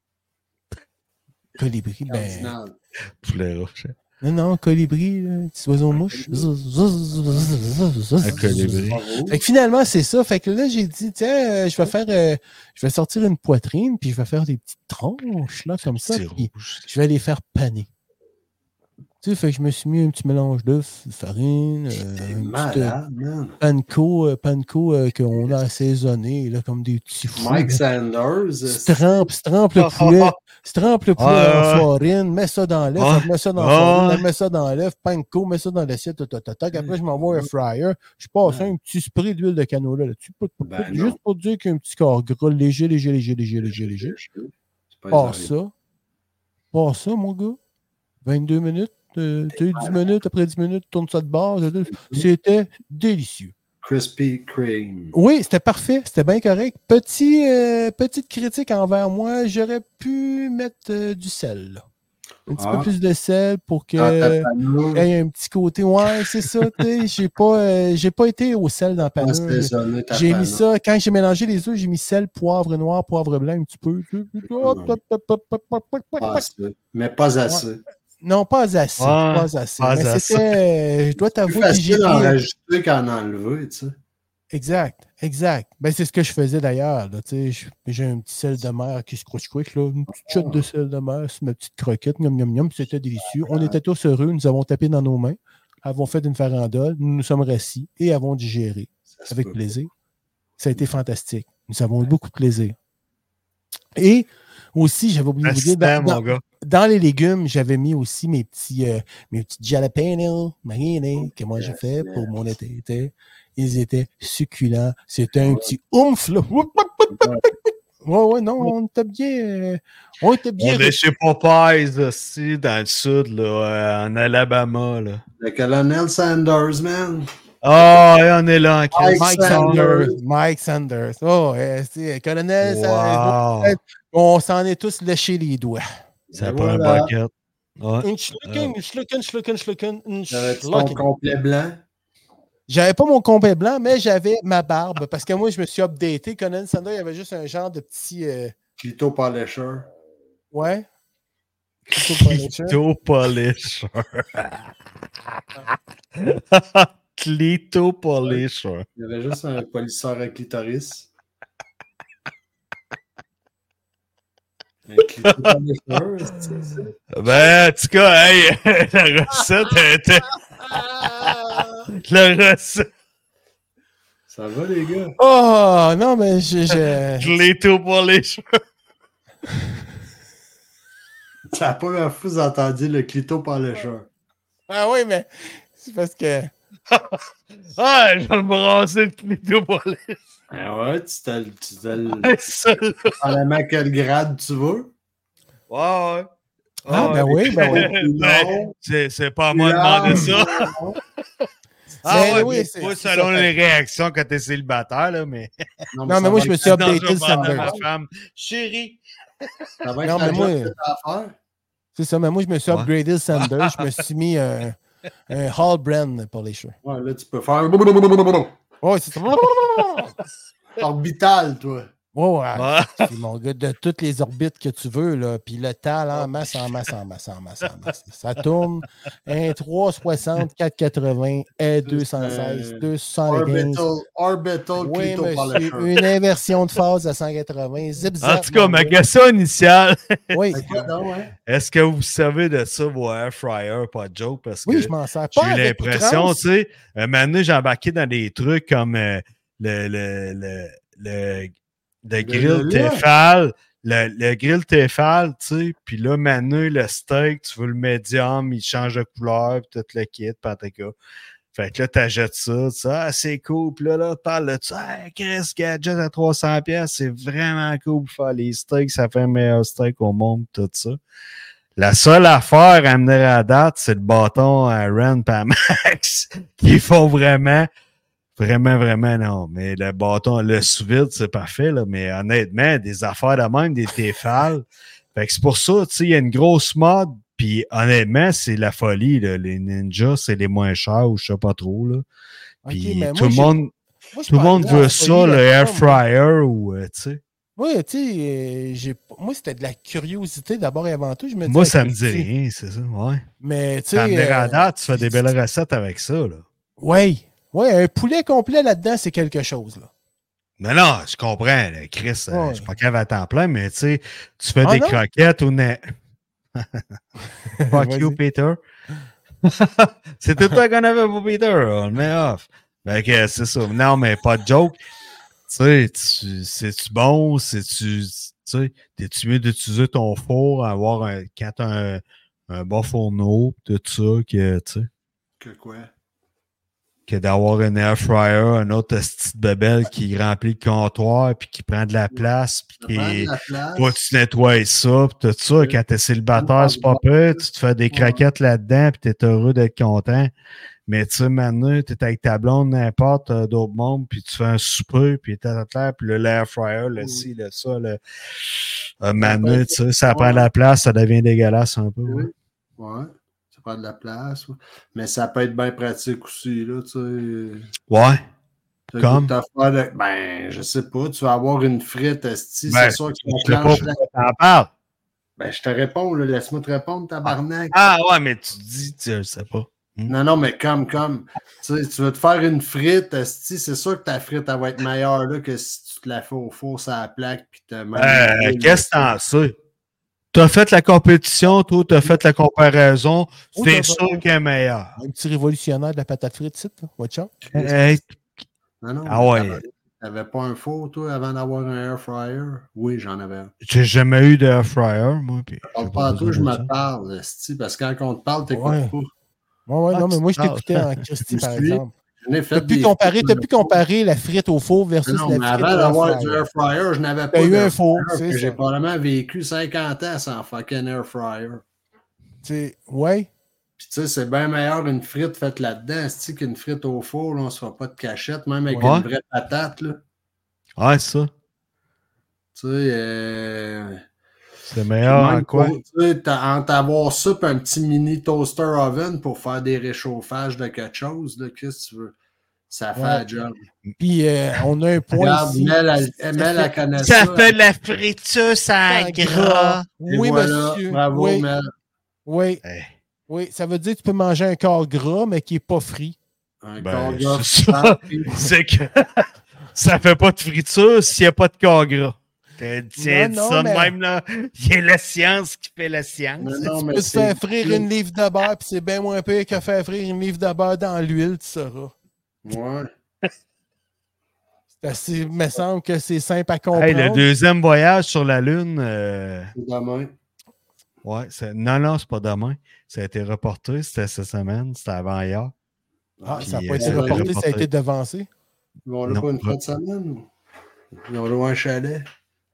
Colibri, ben. Cardinal. Poulet rouge. Non, non, colibri, là, petit oiseau mouche. Un colibri. Bravo. Fait que finalement, c'est ça. Fait que là, j'ai dit, tiens, euh, je vais faire, euh, je vais sortir une poitrine, puis je vais faire des petites tranches, là, comme ça, Petit puis rouge. je vais les faire paner. Tu sais, fait que je me suis mis un petit mélange d'œufs, de farine, euh, un malade, petit man. panko, euh, panko euh, qu'on a assaisonné, là, comme des petits fous. Mike là. Sanders. Tu trempes, tu trempes le poulet, tu trempes le poulet Ah, dans la ouais. farine, mets ça dans l'œuf, Ouais. mets ça dans la Ouais. farine, mets ça dans l'œuf, panko, mets ça dans l'assiette, tac, tac, tac. Après, je m'envoie un fryer, je passe Ouais. un petit spray d'huile de canola là-dessus, pout, pout, Ben pout, non. juste pour dire qu'il y a un petit corps gras léger, léger, léger, léger, léger, léger. C'est pas Passe les ça, passe ça, mon gars. vingt-deux minutes, euh, tu sais, dix minutes, après dix minutes, tourne ça de base. C'était délicieux. Krispy Kreme. Oui, c'était parfait, c'était bien correct. Petit, euh, petite critique envers moi, j'aurais pu mettre euh, du sel. Là. Un petit Ah. peu plus de sel pour que Dans ta il panure, y ait un petit côté. Ouais, c'est ça, tu sais. J'ai pas, euh, j'ai pas été au sel dans la panure. assaisonner ta J'ai mis panure. ça, quand j'ai mélangé les œufs, j'ai mis sel, poivre noir, poivre blanc un petit peu. Pas assez. Mais pas assez. Non, pas assez. Ouais, pas assez. pas Mais assez. c'était. euh, je dois C'est plus t'avouer que j'ai facile d'en pris- rajouter qu'en enlever, tu sais. Exact, exact. Ben, c'est ce que je faisais d'ailleurs. Là, tu sais, je- j'ai un petit sel de mer qui se croche quick, là, une petite shot de sel de mer sur ma petite croquette, miam, miam, miam, c'était délicieux. On était tous heureux, nous avons tapé dans nos mains, avons fait une farandole, nous nous sommes rassis et avons digéré Ça se avec peut. plaisir. Ça a été fantastique. Nous avons eu beaucoup de plaisir. Et aussi, j'avais oublié de vous dire, Assistant, dans, mon gars. dans les légumes, j'avais mis aussi mes petits, euh, mes petits jalapenos marinés que moi j'ai fait pour mon été. été. Ils étaient succulents. C'était un petit oomph, là. Ouais, ouais, non, on était bien. euh, on était bien. On est chez Popeyes aussi, dans le sud, là, euh, en Alabama. Là. Le colonel Sanders, man. Ah, et on est là en crise. Mike Sanders. Mike Sanders. Oh, euh, c'est colonel Sanders. Wow. On s'en est tous léché les doigts. Ça Et prend voilà. un bucket. Ouais. Une schlucken, une schlucken, schlucken, schlucken, une J'avais ton schlucken. complet blanc. J'avais pas mon complet blanc, mais j'avais ma barbe. Parce que moi, je me suis updaté. Colonel Sanders, il y avait juste un genre de petit. Euh... Clito Polisher. Ouais. Clito Polisher. Clito Polisher. Clito Polisher. Il y avait juste un polisseur à clitoris. Un clito Polisher, c'est ça? Ben, en tout cas, hey, la recette était. La recette. Ça va, les gars? Oh, non, mais je. je... Clito Polisher. C'est la première fois que vous entendiez le clito Polisher. Ah oui, mais c'est parce que. Ah, je vais me brasser le Clito Polisher. Ah ouais, tu t'as le. Tu t'as le. Ça, là. Dépendamment quel grade tu veux. Ouais, ouais. Ah, ben oui, ben oui. Ben, c'est, c'est pas à moi de demander ça. Ah Mais ouais, oui, mais c'est- pas c'est selon ça. les réactions quand t'es célibataire, là, mais... Non, Non, mais ça moi, va je me être- suis Non, updaté je le vais demander à Sanders. ma femme, chérie. Ça va être Non, la mais moi- job que t'as à faire. C'est ça, mais moi, je me suis Ouais. upgradé le Sanders. Je me suis mis un, un Hall Brand pour les cheveux. Ouais, là, tu peux faire. Ouais, c'est ça. Orbital, toi. Ouais, ouais. Ouais. C'est mon gars, de toutes les orbites que tu veux, là, puis le tal en masse, en masse, en masse, en masse, en masse. Ça tourne un trois cent soixante, quatre cent quatre-vingts, et deux cent seize, deux cent quinze. Orbital, orbital Oui, clito monsieur, Polisher. une inversion de phase à cent quatre-vingts, zip En zap. tout cas, mon ma gars. question initiale, Oui, Fait que, non, ouais. est-ce que vous savez de ça, vos air fryer, pas de joke? Parce que oui, je m'en sers j'ai pas eu avec l'impression, outrance. tu sais, un moment donné, j'ai embarqué dans des trucs comme euh, le, le, le, le, le grill le lait. Tefal, le, le grill Tefal, tu sais, puis là, maintenant, le steak, tu veux le médium, il change de couleur, puis tout le kit, pataka. Fait que là, t'achètes ça, tu sais, ah, c'est cool, puis là, là, tu parles de ça, hey, Chris, gadget à trois cents pièces, c'est vraiment cool pour faire les steaks, ça fait un meilleur steak au monde, tout ça. La seule affaire à mener à date, c'est le bâton à Ren et à Max, qui font vraiment, vraiment, vraiment non. Mais le bâton, le sous-vide, c'est parfait, là. Mais honnêtement, des affaires de même, des Tefal. Fait que c'est pour ça, tu sais, il y a une grosse mode, puis honnêtement, c'est la folie, là. Les Ninja, c'est les moins chers, ou je sais pas trop, là. Puis Ok, mais tout moi, le j'ai- monde, moi, je tout le parle monde de la veut folie ça, le avec air ça, moi. fryer, ou, euh, tu sais. Oui, tu sais, euh, j'ai- moi, c'était de la curiosité d'abord et avant tout. Je me Moi, disais, ça me ok, dit tu sais, rien, c'est ça, ouais. Mais tu Ça me sais. à euh, date, tu fais des belles recettes avec ça, là. Oui, oui, un poulet complet là-dedans, c'est quelque chose. Là. Mais non, je comprends, là, Chris, euh, Ouais. je suis pas capable à temps plein, mais tu sais, tu fais Ah des non? croquettes ou ne... Fuck you, Vas-y. Peter. C'est tout le temps qu'on avait pour Peter, on le met off. Fait que c'est ça. Non, mais pas de joke. Tu sais, c'est-tu bon? C'est-tu. Tu sais, t'es-tu mieux d'utiliser ton four, avoir un. Quand t'as un, un bon fourneau, tout ça, que tu sais. Que quoi? Que d'avoir un air fryer, un autre petite bebelle qui remplit le comptoir, puis qui prend de la place, puis qui. Toi, tu nettoies ça, puis tout ça. Quand t'es célibataire, c'est pas peu. Tu te fais des croquettes là-dedans, puis t'es heureux d'être content. Mais tu sais, maintenant, t'es avec ta blonde, n'importe, t'as d'autres mondes, puis tu fais un souper, puis t'es à terre, puis le l'air fryer, le ci, le ça, le. Euh, maintenant, tu sais, ça prend de la place, ça devient dégueulasse un peu. Ouais. Ouais. Ça prend de la place. Ouais. Mais ça peut être bien pratique aussi, là, tu sais. Ouais. Comme? De... Ben, je sais pas, tu vas avoir une frite, esti, ben, c'est sûr que tu enclenches la... T'en parles? Ben, je te réponds, là, laisse-moi te répondre, tabarnak. Ah, ouais, mais tu dis, tu je sais pas. Hmm. Non, non, mais comme, comme, tu sais, tu veux te faire une frite, esti, c'est sûr que ta frite, elle va être meilleure, là, que si tu te la fais au four, sur la plaque, puis t'as même... Euh, qu'est-ce que t'en sais? T'as fait la compétition, toi, t'as fait la comparaison, c'est oh, sûr qu'elle est meilleure. Un petit révolutionnaire de la patate frite, c'est ça, watch out. Hey. Non, non, ah ouais. T'avais pas un four, toi, avant d'avoir un air fryer? Oui, j'en avais un. J'ai jamais eu d'air fryer, moi. Puis je parle pas à toi, je me parle, esti, parce que quand on te parle, t'écoutes ouais. pas. Ouais, ouais, ah, non, mais moi, je t'écoutais en Christy, par exemple. T'as pu comparer, pu comparer la frite au four versus non, la mais frite avant d'avoir du air fryer, je n'avais pas eu un four. J'ai probablement vécu cinquante ans sans fucking air fryer. Tu ouais. Puis tu sais, c'est bien meilleur une frite faite là-dedans, c'est qu'une frite au four, là, on ne se fera pas de cachette, même avec ouais. une vraie patate. Là. Ouais, ça. Tu sais, euh... c'est meilleur en quoi? Tu sais, entre avoir ça et un petit mini toaster oven pour faire des réchauffages de quelque chose, qu'est-ce que tu veux? Ça fait ouais. un job. Puis euh, on a un point Regarde, ici. Mel, elle, elle, elle, elle connaît ça. Ça fait de la friture sans gras. Oui, voilà. monsieur. Bravo, oui. Mel. Oui. Hey. Oui, ça veut dire que tu peux manger un corps gras, mais qui n'est pas frit. Un ben, corps gras. C'est, ça. c'est que ça fait pas de friture s'il n'y a pas de corps gras. Tiens, non, non, ça mais... même, là. Il y a la science qui fait la science. Non, non, tu peux te faire frire une livre de beurre, puis c'est bien moins pire que faire frire une livre de beurre dans l'huile, tu sauras. Ouais. C'est assez, il me semble que c'est simple à comprendre. Hey, le deuxième voyage sur la Lune. Euh... C'est demain. Ouais, c'est... non, non, c'est pas demain. Ça a été reporté, c'était cette semaine, c'était avant hier. Ah, puis, ça n'a pas euh, été reporté, reporté, ça a été devancé. Ils ont là pas une fois de semaine ou? Ils ont loué un chalet.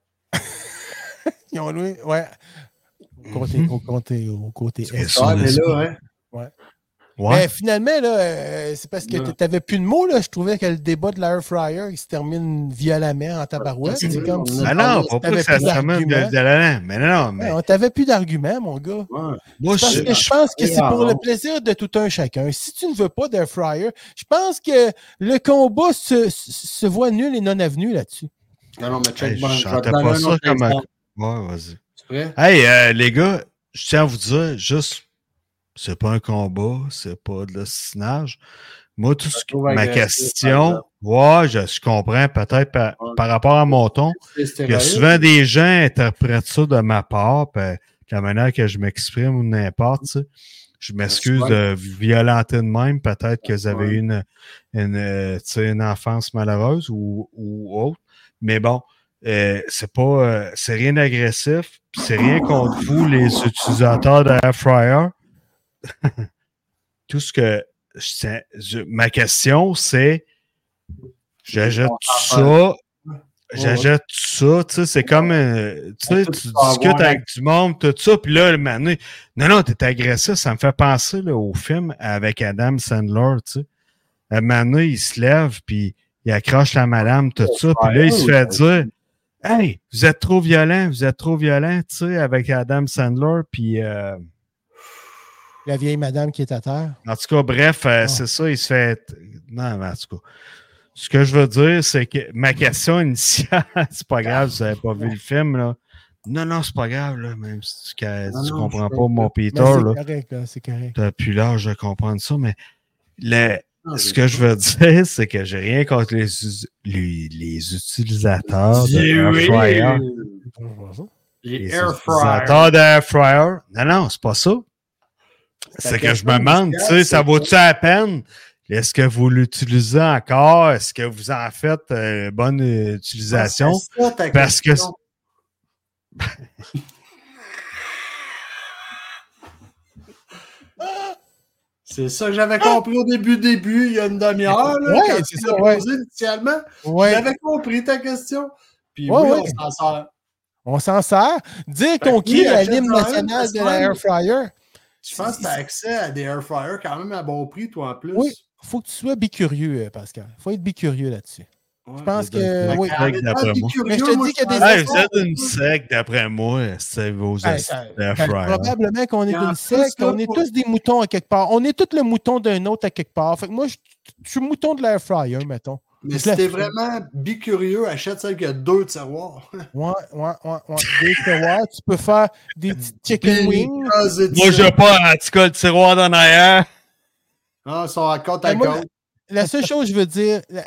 Ils ont loué, ouais. Au côté, mm-hmm. au côté, au côté. C'est ça, mais là, hein? Ouais. Ouais. Mais finalement, là, euh, c'est parce que tu n'avais plus de mots. Là. Je trouvais que le débat de l'air fryer il se termine violemment en tabarouette. C'est comme si mais non, pas que ça se termine violemment. Mais non, mais... Ouais, on t'avait plus d'arguments, mon gars. Ouais. Moi, parce je, que je pense que c'est pour le plaisir de tout un chacun. Si tu ne veux pas d'air fryer, je pense que le combat se, se voit nul et non avenu là-dessus. Non, non, mais check hey, je chantais pas ça comme un... Ouais, vas-y. Tu prêt? Hey, euh, les gars, je tiens à vous dire, juste... C'est pas un combat, c'est pas de l'assassinage. Moi, tout ce que, ma question, ouais, je, je comprends peut-être par, ouais. par rapport à mon ton, que souvent des gens interprètent ça de ma part, puis la manière que je m'exprime ou n'importe, tu sais, je m'excuse de violenter de même, peut-être que vous avez eu une, une, une, une enfance malheureuse ou, ou autre, mais bon, euh, c'est pas, euh, c'est rien d'agressif, puis c'est rien contre vous, les utilisateurs d'Air Fryer. Tout ce que je, je, ma question, c'est j'achète ça, j'achète ça, tu sais, c'est comme, euh, tu sais, tu discutes avec du monde, tout ça, puis là, le matin, non, non, t'es agressif, ça me fait penser là, au film avec Adam Sandler, tu sais. Un matin, il se lève, puis il accroche la madame, tout ça, puis là, il se fait dire, hey, vous êtes trop violent, vous êtes trop violent, tu sais, avec Adam Sandler, puis... Euh, la vieille madame qui est à terre. En tout cas, bref, euh, oh. c'est ça, il se fait... Non, mais en tout cas, ce que je veux dire, c'est que ma question initiale, c'est pas grave, vous n'avez pas vu le film, là. Non, non, c'est pas grave, là, même si tu, non, tu non, comprends pas pas mon Peter, c'est là. Correct, là, c'est correct. T'as plus l'âge de comprendre ça, mais le, non, ce que je veux dire, c'est que j'ai rien contre les, les, les utilisateurs de Air Fryer. Les, les Air utilisateurs d'Air Fryer. Non, non, c'est pas ça. C'est que je me demande, tu sais, ça vaut-tu la peine? Est-ce que vous l'utilisez encore? Est-ce que vous en faites euh, bonne utilisation? Ah, c'est ça, ta Parce que... question. C'est ça que j'avais compris au début, début, il y a une demi-heure, là, Ouais, quand c'est tu ça, l'as ouais. posé initialement. Ouais. J'avais compris ta question. Puis Ouais, oui, ouais. on s'en sert. On s'en sert. Dire Fait qu'on que oui, crie à achète-en l'hymne un, national parce de que la même- Air Fryer. Je pense que tu as accès à des air fryers quand même à bon prix, toi, en plus. Oui, il faut que tu sois bicurieux, euh, Pascal. Il faut être bicurieux là-dessus. Ouais. Je pense Vous êtes que une oui. sec, d'après moi. Mais je te dis qu'il y a des Hey, vous êtes une sec, d'après moi. C'est vos Ben, astuces ça- d'air ben, fryer. probablement qu'on est Et en d'une plus, secte, là, on est pour- tous des moutons à quelque part. On est tous le mouton d'un autre à quelque part. Fait que moi, je, je suis mouton de l'air fryer, mettons. Mais Je si t'es l'assume. vraiment bicurieux, achète celle qui a deux tiroirs. Ouais, ouais, ouais, ouais. Des tiroirs, tu peux faire des petits chicken wings. Because it's- Moi, j'ai pas en tout cas le tiroir d'en arrière. Ah, ils sont à côte à Mais moi, côte. La seule chose que je veux dire, euh,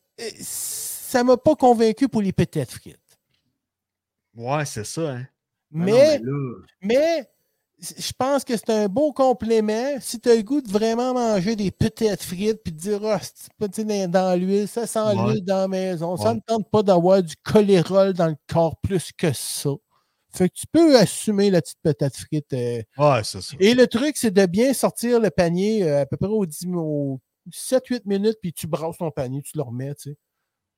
ça m'a pas convaincu pour les petites frites. Ouais, c'est ça, hein. Mais, Ah non, là, mais je pense que c'est un beau complément. Si tu as le goût de vraiment manger des petites frites puis de dire, ah, c'est pas tu sais, dans, dans l'huile, ça sent Ouais. l'huile dans la maison. Ça Ouais. ne me tente pas d'avoir du cholérol dans le corps plus que ça. Fait que tu peux assumer la petite patate frite. euh. Ouais, c'est ça. Et le truc, c'est de bien sortir le panier euh, à peu près aux, dix, aux sept huit minutes, puis tu brasses ton panier, tu le remets, tu sais.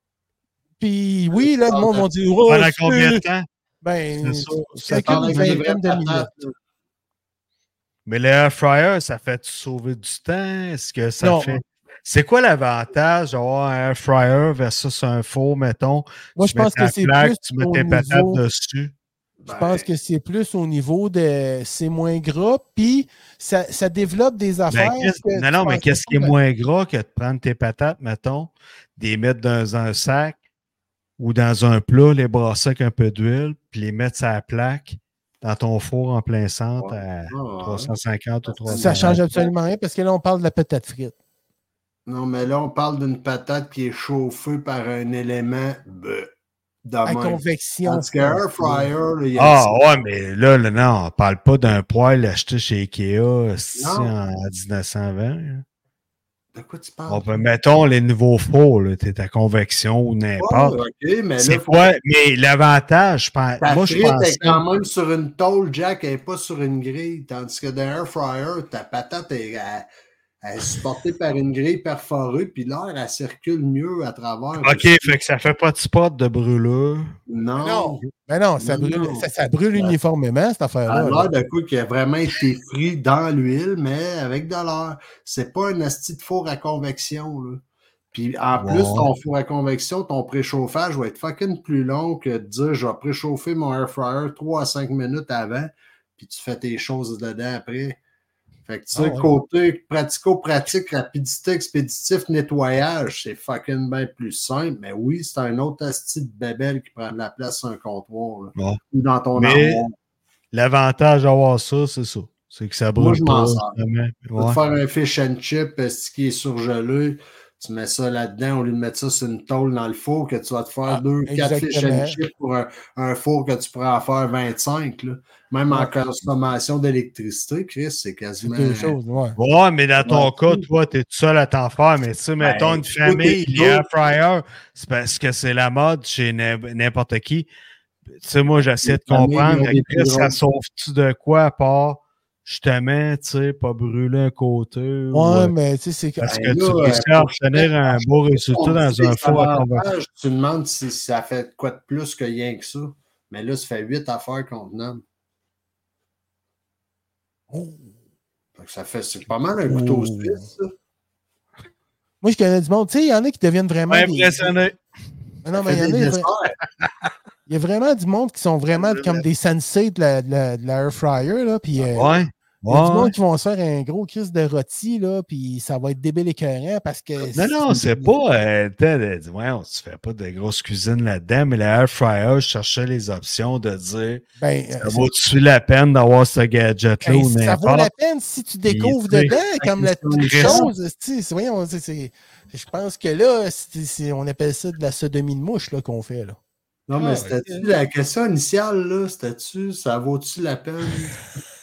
Puis oui, là, le monde va dire, oh, Pendant c'est- combien de temps? Ben, C'est ça. tu Ça calcules parle une avec des vingtaine de vraies minutes. patates, là. Mais l'air fryer, ça fait sauver du temps? Est-ce que ça Non. fait. C'est quoi l'avantage d'avoir un air fryer versus un four, mettons? Moi, Tu je pense mets ta que c'est plaque, plus tu mets au tes patates niveau- dessus. Je pense Ben, que c'est plus au niveau de c'est moins gras, puis ça, ça développe des Ben, affaires. qu'est-ce- que non, tu non, mais pensais qu'est-ce pas, qui est ben, moins gras que de prendre tes patates, mettons, de les mettre dans un sac ou dans un plat, les brasser avec un peu d'huile, puis les mettre sur la plaque dans ton four en plein centre Ouais. à Ouais. trois cent cinquante ou trois cents. Ça change absolument rien parce que là, on parle de la patate frite. non, mais là, on parle d'une patate qui est chauffée par un élément bleh, de À même. convection. Tandis qu'un air fryer, là, il y a Ah, ouais, mais là, là, non, on parle pas d'un poêle acheté chez Ikea si, Non. en dix-neuf cent vingt. là. De quoi tu parles? On peut, mettons, les nouveaux fours, là, t'es à convection ou Ouais, n'importe. OK, mais là, C'est faut- quoi? Mais l'avantage, je pense. ta Moi, je frite pense. est quand même sur une tôle, Jack, elle n'est pas sur une grille. Tandis que dans un air fryer, ta patate est, elle- elle est supportée par une grille perforée, puis l'air, elle circule mieux à travers. OK, fait que ça fait pas de spot de brûlure. Non. Non. Mais non, ça Non, brûle, non. ça, ça brûle Ouais. uniformément, cette Ça affaire-là. a là. l'air de quoi qui a vraiment été frit dans l'huile, mais avec de l'air. C'est pas un asti de four à convection, là. Puis en Ouais. plus, ton four à convection, ton préchauffage va être fucking plus long que de dire je vais préchauffer mon air fryer trois à cinq minutes avant, puis tu fais tes choses dedans après. Fait que tu sais, Ah ouais. côté pratico-pratique, rapidité, expéditif, nettoyage, c'est fucking bien plus simple. Mais oui, c'est un autre asti de bébelle qui prend de la place sur un comptoir, là. Ouais. Ou dans ton Mais- armoire. L'avantage d'avoir ça, c'est ça. C'est que ça brûle Moi, je m'en pas. sers. Vraiment. Tu peux Ouais. te faire un fish and chip euh, ce qui est surgelé. Tu mets ça là-dedans au lieu de mettre ça sur une tôle dans le four, que tu vas te faire Ah, deux, quatre fish exactement. and chips pour un, un four que tu pourrais en faire vingt-cinq. Là. Même en Ouais. consommation d'électricité, Chris, c'est C'est quasiment. deux choses, ouais. Ouais, mais dans ton Ouais. cas, toi, t'es tout seul à t'en faire. Mais tu sais, mettons une toi, famille, t'es les air fryer, c'est parce que c'est la mode chez n'im- n'importe qui. Tu sais, moi, j'essaie de Les familles, comprendre. ils ont des Chris, plus ça grandes- sauve-tu de quoi à part, justement, tu sais, pas brûler un côté? ou, Ouais, euh, mais tu sais, c'est que. parce Ben que là, tu euh, réussis à pour- obtenir un beau résultat On dans dit un les four à convection. avantages, tu demandes si ça fait quoi de plus que rien que ça. Mais là, ça fait huit affaires qu'on te nomme. Fait que ça fait, c'est pas mal un couteau Oh. suisse, ça. Moi, je connais du monde. Tu sais, il y en a qui deviennent vraiment. Ouais, des- impressionné. Mais non, Ça mais il y fait en a. des il y a- desserts. Il y a vraiment du monde qui sont vraiment comme des sensei de la, de la, de la air fryer, là. Puis. euh, Ouais. il y a du Ouais. monde qui vont se faire un gros crise de rôti, là, puis ça va être débile écœurant parce que. Non, non, c'est pas. Euh, t'as- t'as- ouais, on se fait pas de grosse cuisine là-dedans, mais la air fryer, je cherchais les options de dire Ben, ça euh, vaut-tu la peine d'avoir ce gadget-là ben, ou ça vaut la n'importe. peine si tu découvres tu sais, dedans, comme la question toute de chose. tu sais, voyons, c'est- c'est- je pense que là, c'est- c'est- on appelle ça de la sodomie de mouche là, qu'on fait. Là. Non, mais Ah, c'était-tu ok. la question initiale, là? C'était-tu, ça vaut-tu la peine?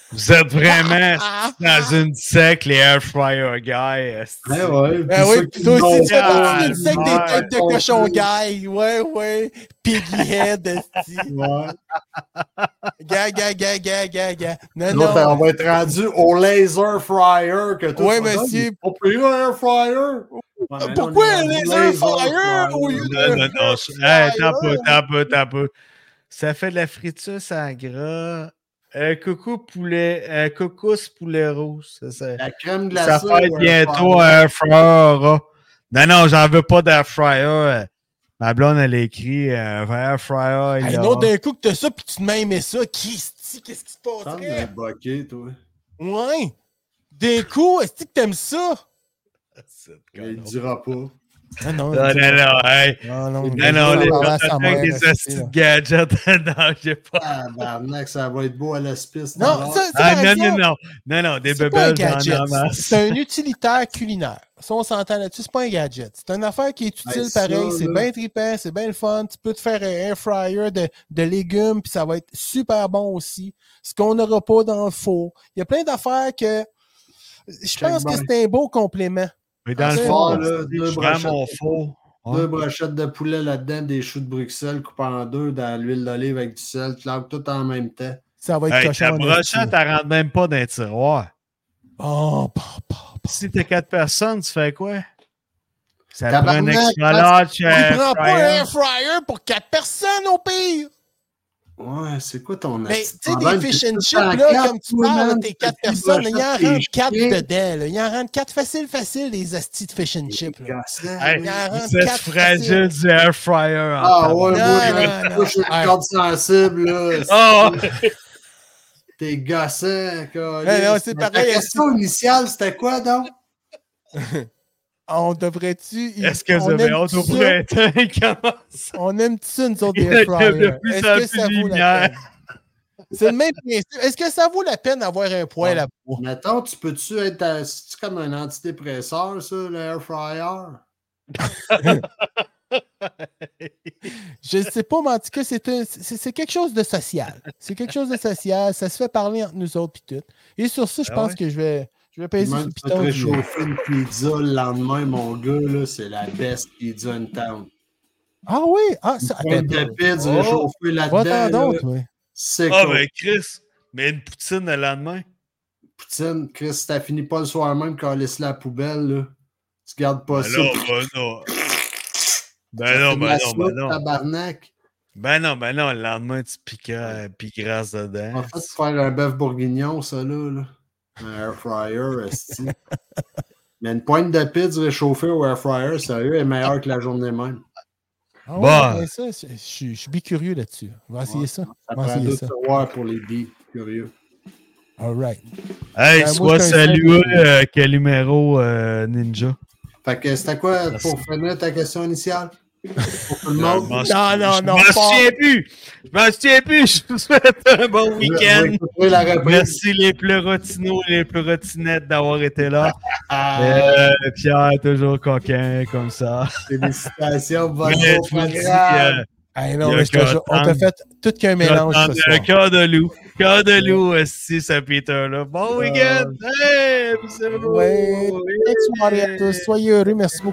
Vous êtes vraiment dans une secte, les air fryer guys. Ouais, ouais. Ben oui, pis toi aussi, tu fais partie d'une secte des ouais, têtes de cochon guy. Ouais, ouais. Piggy head, esti. Ouais. Gars, gars, gars, gars, gars, gars. Non, L'autre, on non. va être rendu au laser fryer que toi. Ouais, tu vas monsieur. dire, On peut y un air fryer. Ouais, mais là, Pourquoi on est un rendu laser fryer au lieu Non, de. non, non. Hey, t'as peu, t'as peu, t'as peu. Ça fait de la friture sans gras. Un coucou poulet, un couscous poulet rouge. Ça, ça, La crème ça glacée. fait ou un bientôt fryer? un air fryer. Non, non, j'en veux pas d'air fryer. Ma blonde, elle a écrit un air fryer. Hey, là. non, d'un coup que t'as ça, pis tu m'as aimé ça. Christy, qu'est-ce qui se Tente passerait? d'un bokeh, toi. Ouais. D'un coup, est-ce que t'aimes ça? Mais il dira pas. Ah non, Non, non, non, hey. non, non, Non, non, les parler à sa gens mère, avec des esti, astuces là. de gadgets. Non, j'ai pas. Ah, barnac, ça va être beau à l'hospice. Non, ça, ça, Ah, par non, exemple, non, non. Non, non, des c'est pas un bébelles, j'en gadget. ai en masse. C'est un utilitaire culinaire. Ça, on s'entend là-dessus. C'est pas un gadget. C'est une affaire qui est utile Ben, ça, pareil. C'est là. bien trippant. C'est bien le fun. Tu peux te faire un air fryer de, de légumes, puis ça va être super bon aussi. Ce qu'on n'aura pas dans le four. Il y a plein d'affaires que je Check pense que bien. c'est un beau complément. Mais dans Ah, le c'est fond, bon, là, là, je deux prends brochettes mon de four. Ouais. Deux brochettes de poulet là-dedans, des choux de Bruxelles coupés en deux dans l'huile d'olive avec du sel. Tu laves tout en même temps. Ça va être Hey, cochon. ta en brochette, esti. elle rentre même pas dans un tiroir. Oh, bah, bah, bah. Si t'es quatre personnes, tu fais quoi? Ça prend un Tabarnak, extra parce- large Il air prend pas un fryer. air fryer pour quatre personnes au pire. Ouais, c'est quoi ton Mais astuce? tu sais, Problème, des fish t'es and tout chips, en là, quatre, comme tu toi, parles, man, tes t'as quatre plus de personnes, il y en brochettes, rentre t'es quatre chiens. dedans. Là. Il en rentre quatre facile, facile, les astis de fish and chips. Là. Gossant, Hey, Il en rentre vous êtes quatre fragile faciles. du air fryer. en Ah ouais, tabarnak. moi, Non, je- non, moi, je suis non. une corde sensible, là. Ah! T'es gossant, quoi. Non, non, c'est Ta pareil, question initiale, c'était quoi, donc? On devrait-tu... Est-ce que vous on avez aime hâte au ça? printemps? Il commence. On aime-tu ça, nous autres, Il y des a air de fryers? plus Est-ce en que plus ça de vaut la lumière. peine? C'est le même principe. Est-ce que ça vaut la peine d'avoir un poêle Ouais. là-bas? Mettons, tu peux-tu être. à- C'est-tu comme un antidépresseur, ça, le air fryer? Je ne sais pas, mais en tout cas, c'est, un- c'est, c'est quelque chose de social. C'est quelque chose de social. Ça se fait parler entre nous autres et tout. Et sur ça, je Ah pense ouais? que je vais, je vais peser sur Même le tu vas te piton. du- réchauffer une pizza le lendemain, mon gars, là, c'est la best pizza in town. Ah oui? Ah, ça, Une attends, pointe un de peu. pizza Oh! réchauffée Va-t'en là-dedans, donc, là, oui. c'est Ah, cool. ben Chris, mais une poutine le lendemain. Poutine, Chris, si t'as fini pas le soir même quand laisse la poubelle, là, tu gardes pas Ben ça. non, ben non. Ben Ça non, fait de ben la non, soupe, ben non. tabarnak. Ben non, ben non, le lendemain, tu piqueras, piqueras dedans. En fait, faire un bœuf bourguignon, ça, là. là. Un air fryer, esti. Mais une pointe de pizza réchauffée au air fryer, sérieux, est meilleure que la journée même. Ah ouais, Bon. ben ça, je, je suis- je suis bicurieux là-dessus. On va essayer Ouais, ça. Ça On va prend essayer deux ça. tiroirs pour les billes, curieux. All right. Hey, Ben, moi, sois je suis un salué, simple- euh, quel numéro euh, Ninja? Fait que c'était quoi pour finir ta question initiale? Pour tout le Je monde? m'en- Non, non, je non, m'en pas- souviens plus. Je m'en souviens plus. Je vous souhaite un bon Je- je week-end. vais écouter la reprise. Merci les pleurotinos et les pleurotinettes d'avoir été là. Ah, Euh, Pierre, toujours coquin, comme ça. félicitations pour votre Mais beau je vous dis, programme. euh, Hey, non, Il y a mais je te qu'à jure, on t'a attendre. fait tout qu'un mélange ce soir. Un cœur de loup. Cœur de loup, aussi, ce Peter-là. Bon week-end! Hey, bisous! Ouais. Bonne soirée à tous. Soyez heureux. Merci beaucoup.